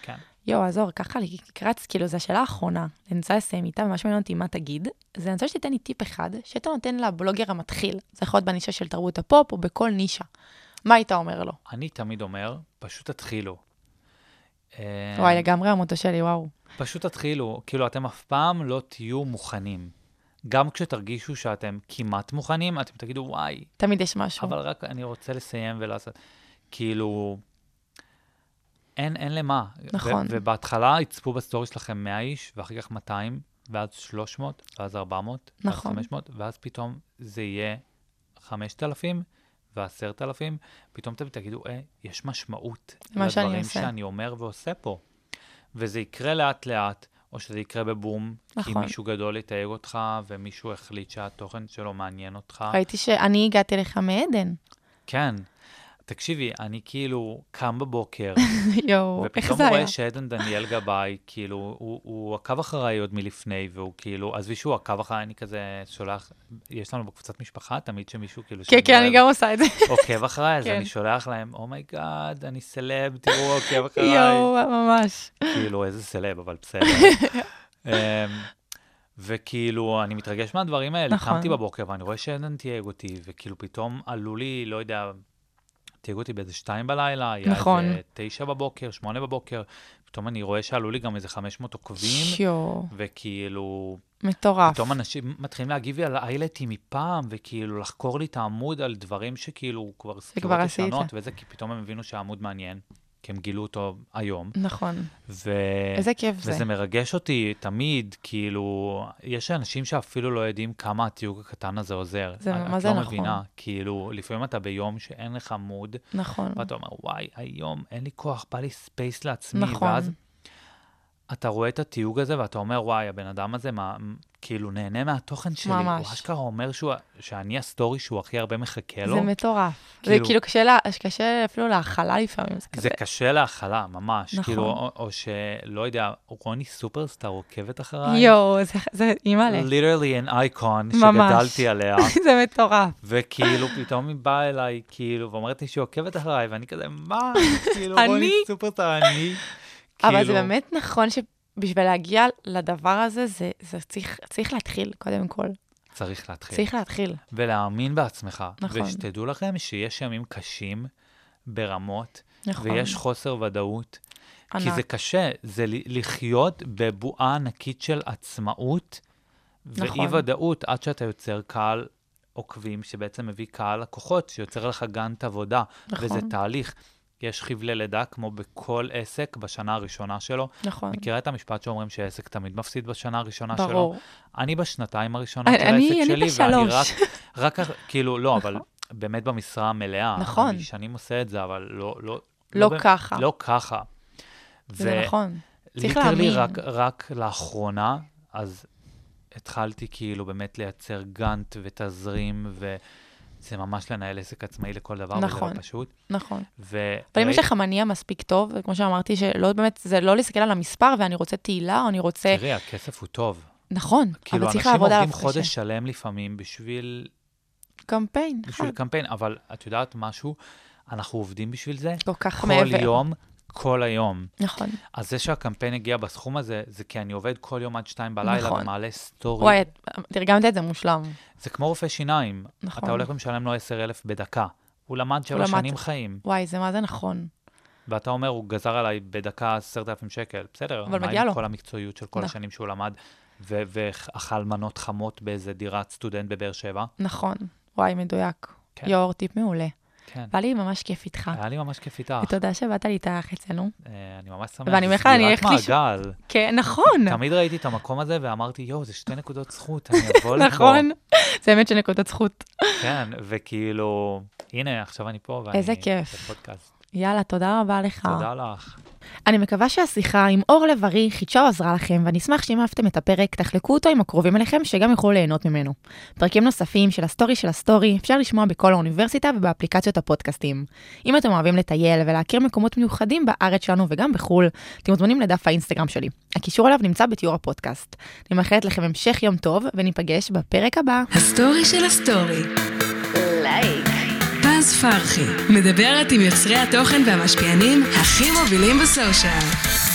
יו, עזור, ככה לי קרץ, כאילו, זו השאלה האחרונה. אני רוצה לסיים איתה, ממש מעניין אותי מה תגיד. זה אני רוצה שתיתן לי טיפ אחד, שאתה נותן לבלוגר המתחיל. זה יכול להיות בנישה של תרבות הפופ, או בכל נישה. מה היית אומר לו? אני תמיד אומר, פשוט תתחילו. וואי, לגמרי המוטו שלי, וואו. פשוט תתחילו. כאילו, אתם אף פעם לא תהיו מוכנים. גם כשתרגישו שאתם כמעט מוכנים, אתם תגידו, וואי. תמיד יש משהו. אבל רק אני רוצה לסיים ולעשות. כאילו, אין למה. נכון. ובהתחלה יצפו בסטורי שלכם 100 איש, ואחר כך 200, ואז 300, ואז 400, נכון. ואז 500, ואז פתאום זה יהיה 5,000 ו10,000, פתאום אתם תגידו, יש משמעות לדברים שאני אומר ועושה פה. וזה יקרה לאט לאט, או שזה יקרה בבום, נכון. כי מישהו גדול יתייג אותך, ומישהו החליט שהתוכן שלו מעניין אותך. ראיתי שאני הגעתי לך מעדן. כן. תקשיבי, אני כאילו קם בבוקר, יואו, איך ופתאום זה הוא היה? רואה שעדן דניאל גבאי, כאילו, הוא עקב אחריי עוד מלפני, והוא כאילו, עזבי שהוא עקב אחריי, אני כזה שולח, יש לנו בקבוצת משפחה, תמיד שמישהו כאילו... כן, כן, אני גם עושה את זה. עוקב אחריי, אז אני שולח להם, אומייגאד, אני סלב, תראו, עוקב אחריי. יואו, ממש. כאילו, איזה סלב, אבל בסדר. וכאילו, אני מתרגש מהדברים האלה, קמתי בבוקר, ואני רואה שעדן תייג אותי, וכאילו פתאום עלו לי, לא יודע, תייגו אותי באיזה 2 בלילה, היה איזה 9 בבוקר, 8 בבוקר, פתאום אני רואה שעלו לי גם איזה 500 עוקבים, וכאילו... מטורף. פתאום אנשים מתחילים להגיב על האיילטים מפעם, וכאילו לחקור לי את העמוד על דברים שכאילו כבר סקירות ישנות, וזה כי פתאום הם הבינו שהעמוד מעניין, כי הם גילו אותו היום. נכון. איזה כיף זה. וזה מרגש אותי תמיד, כאילו, יש אנשים שאפילו לא יודעים כמה התיוג הקטן הזה עוזר. מה זה נכון? את לא מבינה, כאילו, לפעמים אתה ביום שאין לך מוד, נכון. ואתה אומר, וואי, היום אין לי כוח, בא לי ספייס לעצמי, נכון. ואז אתה רואה את התיוג הזה, ואתה אומר, וואי, הבן אדם הזה, כאילו, נהנה מהתוכן שלי. ממש. הוא אשכרה אומר שאני הסטורי שהוא הכי הרבה מחכה לו. זה מטורף. זה כאילו קשה אפילו להאכלה לפעמים. זה קשה להאכלה, ממש. נכון. כאילו, או שלא יודע, רוני סופרסטאר עוקבת אחריי. יואו, זה אימא'לה. literally an icon שגדלתי עליה. זה מטורף. וכאילו, פתאום היא באה אליי, כאילו, ואומרת לי שהיא עוקבת אחריי, ואני כזה, מה? כאילו, רוני סופרסטאר, אני... אבל זה באמת נכון שבשביל להגיע לדבר הזה, זה צריך להתחיל, קודם כל. צריך להתחיל. צריך להתחיל. ולהאמין בעצמך. נכון. ושתדעו לכם שיש ימים קשים ברמות, נכון. ויש חוסר ודאות. כי זה קשה, זה לחיות בבועה ענקית של עצמאות, נכון. ואי-ודאות עד שאתה יוצר קהל עוקבים, שבעצם מביא קהל לקוחות, שיוצר לך גאנט עבודה, נכון. וזה תהליך. יש חבלי לידה, כמו בכל עסק, בשנה הראשונה שלו. נכון. מכירה את המשפט שאומרים שעסק תמיד מפסיד בשנה הראשונה ברור. שלו? אני בשנתיים הראשונות של העסק שלי, ואני רק כאילו, לא, אבל באמת במשרה המלאה. נכון. אני שנים עושה את זה, אבל לא ככה. לא ככה. זה נכון. צריך להאמין. רק לאחרונה, אז התחלתי כאילו באמת לייצר גאנט ותזרים זה ממש לנהל עסק עצמאי לכל דבר, נכון, וזה לא פשוט. נכון. אבל אם יש לך מניע מספיק טוב, כמו שאמרתי, שלא באמת, זה לא להסתכל על המספר, ואני רוצה תהילה, או אני רוצה... תראי, הכסף הוא טוב. נכון, אבל צריך לעבוד עליו. כאילו, אנשים עובדים חודש שלם לפעמים בשביל... קמפיין. בשביל קמפיין, אבל את יודעת משהו? אנחנו עובדים בשביל זה. כל כך מעבר. כל יום, כל היום. נכון. אז זה שהקמפיין הגיע בסכום הזה, זה כי אני עובד כל יום עד 2 בלילה, נכון. ומעלה סטורי. וואי, תרגמת את זה מושלם. זה כמו רופא שיניים. נכון. אתה הולך ומשלם לו 10,000 בדקה. הוא למד 7 שנים חיים. וואי, זה מה זה נכון. ואתה אומר, הוא גזר עליי בדקה 10,000 שקל. בסדר, אבל מגיע לו. כל המקצועיות של כל השנים שהוא למד, ואכל מנות חמות באיזה דירת סטודנט בבאר שבע. נכון. וואי, מדויק. כן. יור, טיפ מעולה. כן. בא לי ממש כיף איתך. היה לי ממש כיף איתך. ותודה שבאת לי איתך אצלנו. אני ממש שמח. ואני אומר לך, אני אלך מעגל. כן, נכון. תמיד ראיתי את המקום הזה ואמרתי, יואו, זה 2 נקודות זכות, אני אבוא לפה. נכון. זה באמת 2 נקודות זכות. כן, וכאילו, הנה, עכשיו אני פה, ואני... איזה כיף. בפודקאסט. יאללה, תודה רבה לך. תודה לך. אני מקווה שהשיחה עם אור לב-ארי חידשה ועזרה לכם, ואני אשמח שאם אהבתם את הפרק, תחלקו אותו עם הקרובים אליכם שגם יוכלו ליהנות ממנו. פרקים נוספים של הסטורי אפשר לשמוע בכל האוניברסיטה ובאפליקציות הפודקאסטים. אם אתם אוהבים לטייל ולהכיר מקומות מיוחדים בארץ שלנו וגם בחול, אתם מוזמנים לדף האינסטגרם שלי. הקישור אליו נמצא בתיאור הפודקאסט. אני מאחלת לכם המשך יום טוב, וניפגש בפרק הבא. הסטורי של הסטורי. לייק. פז פרחי, מדברת עם יוצרי התוכן והמשפיענים הכי מובילים בסושיאל.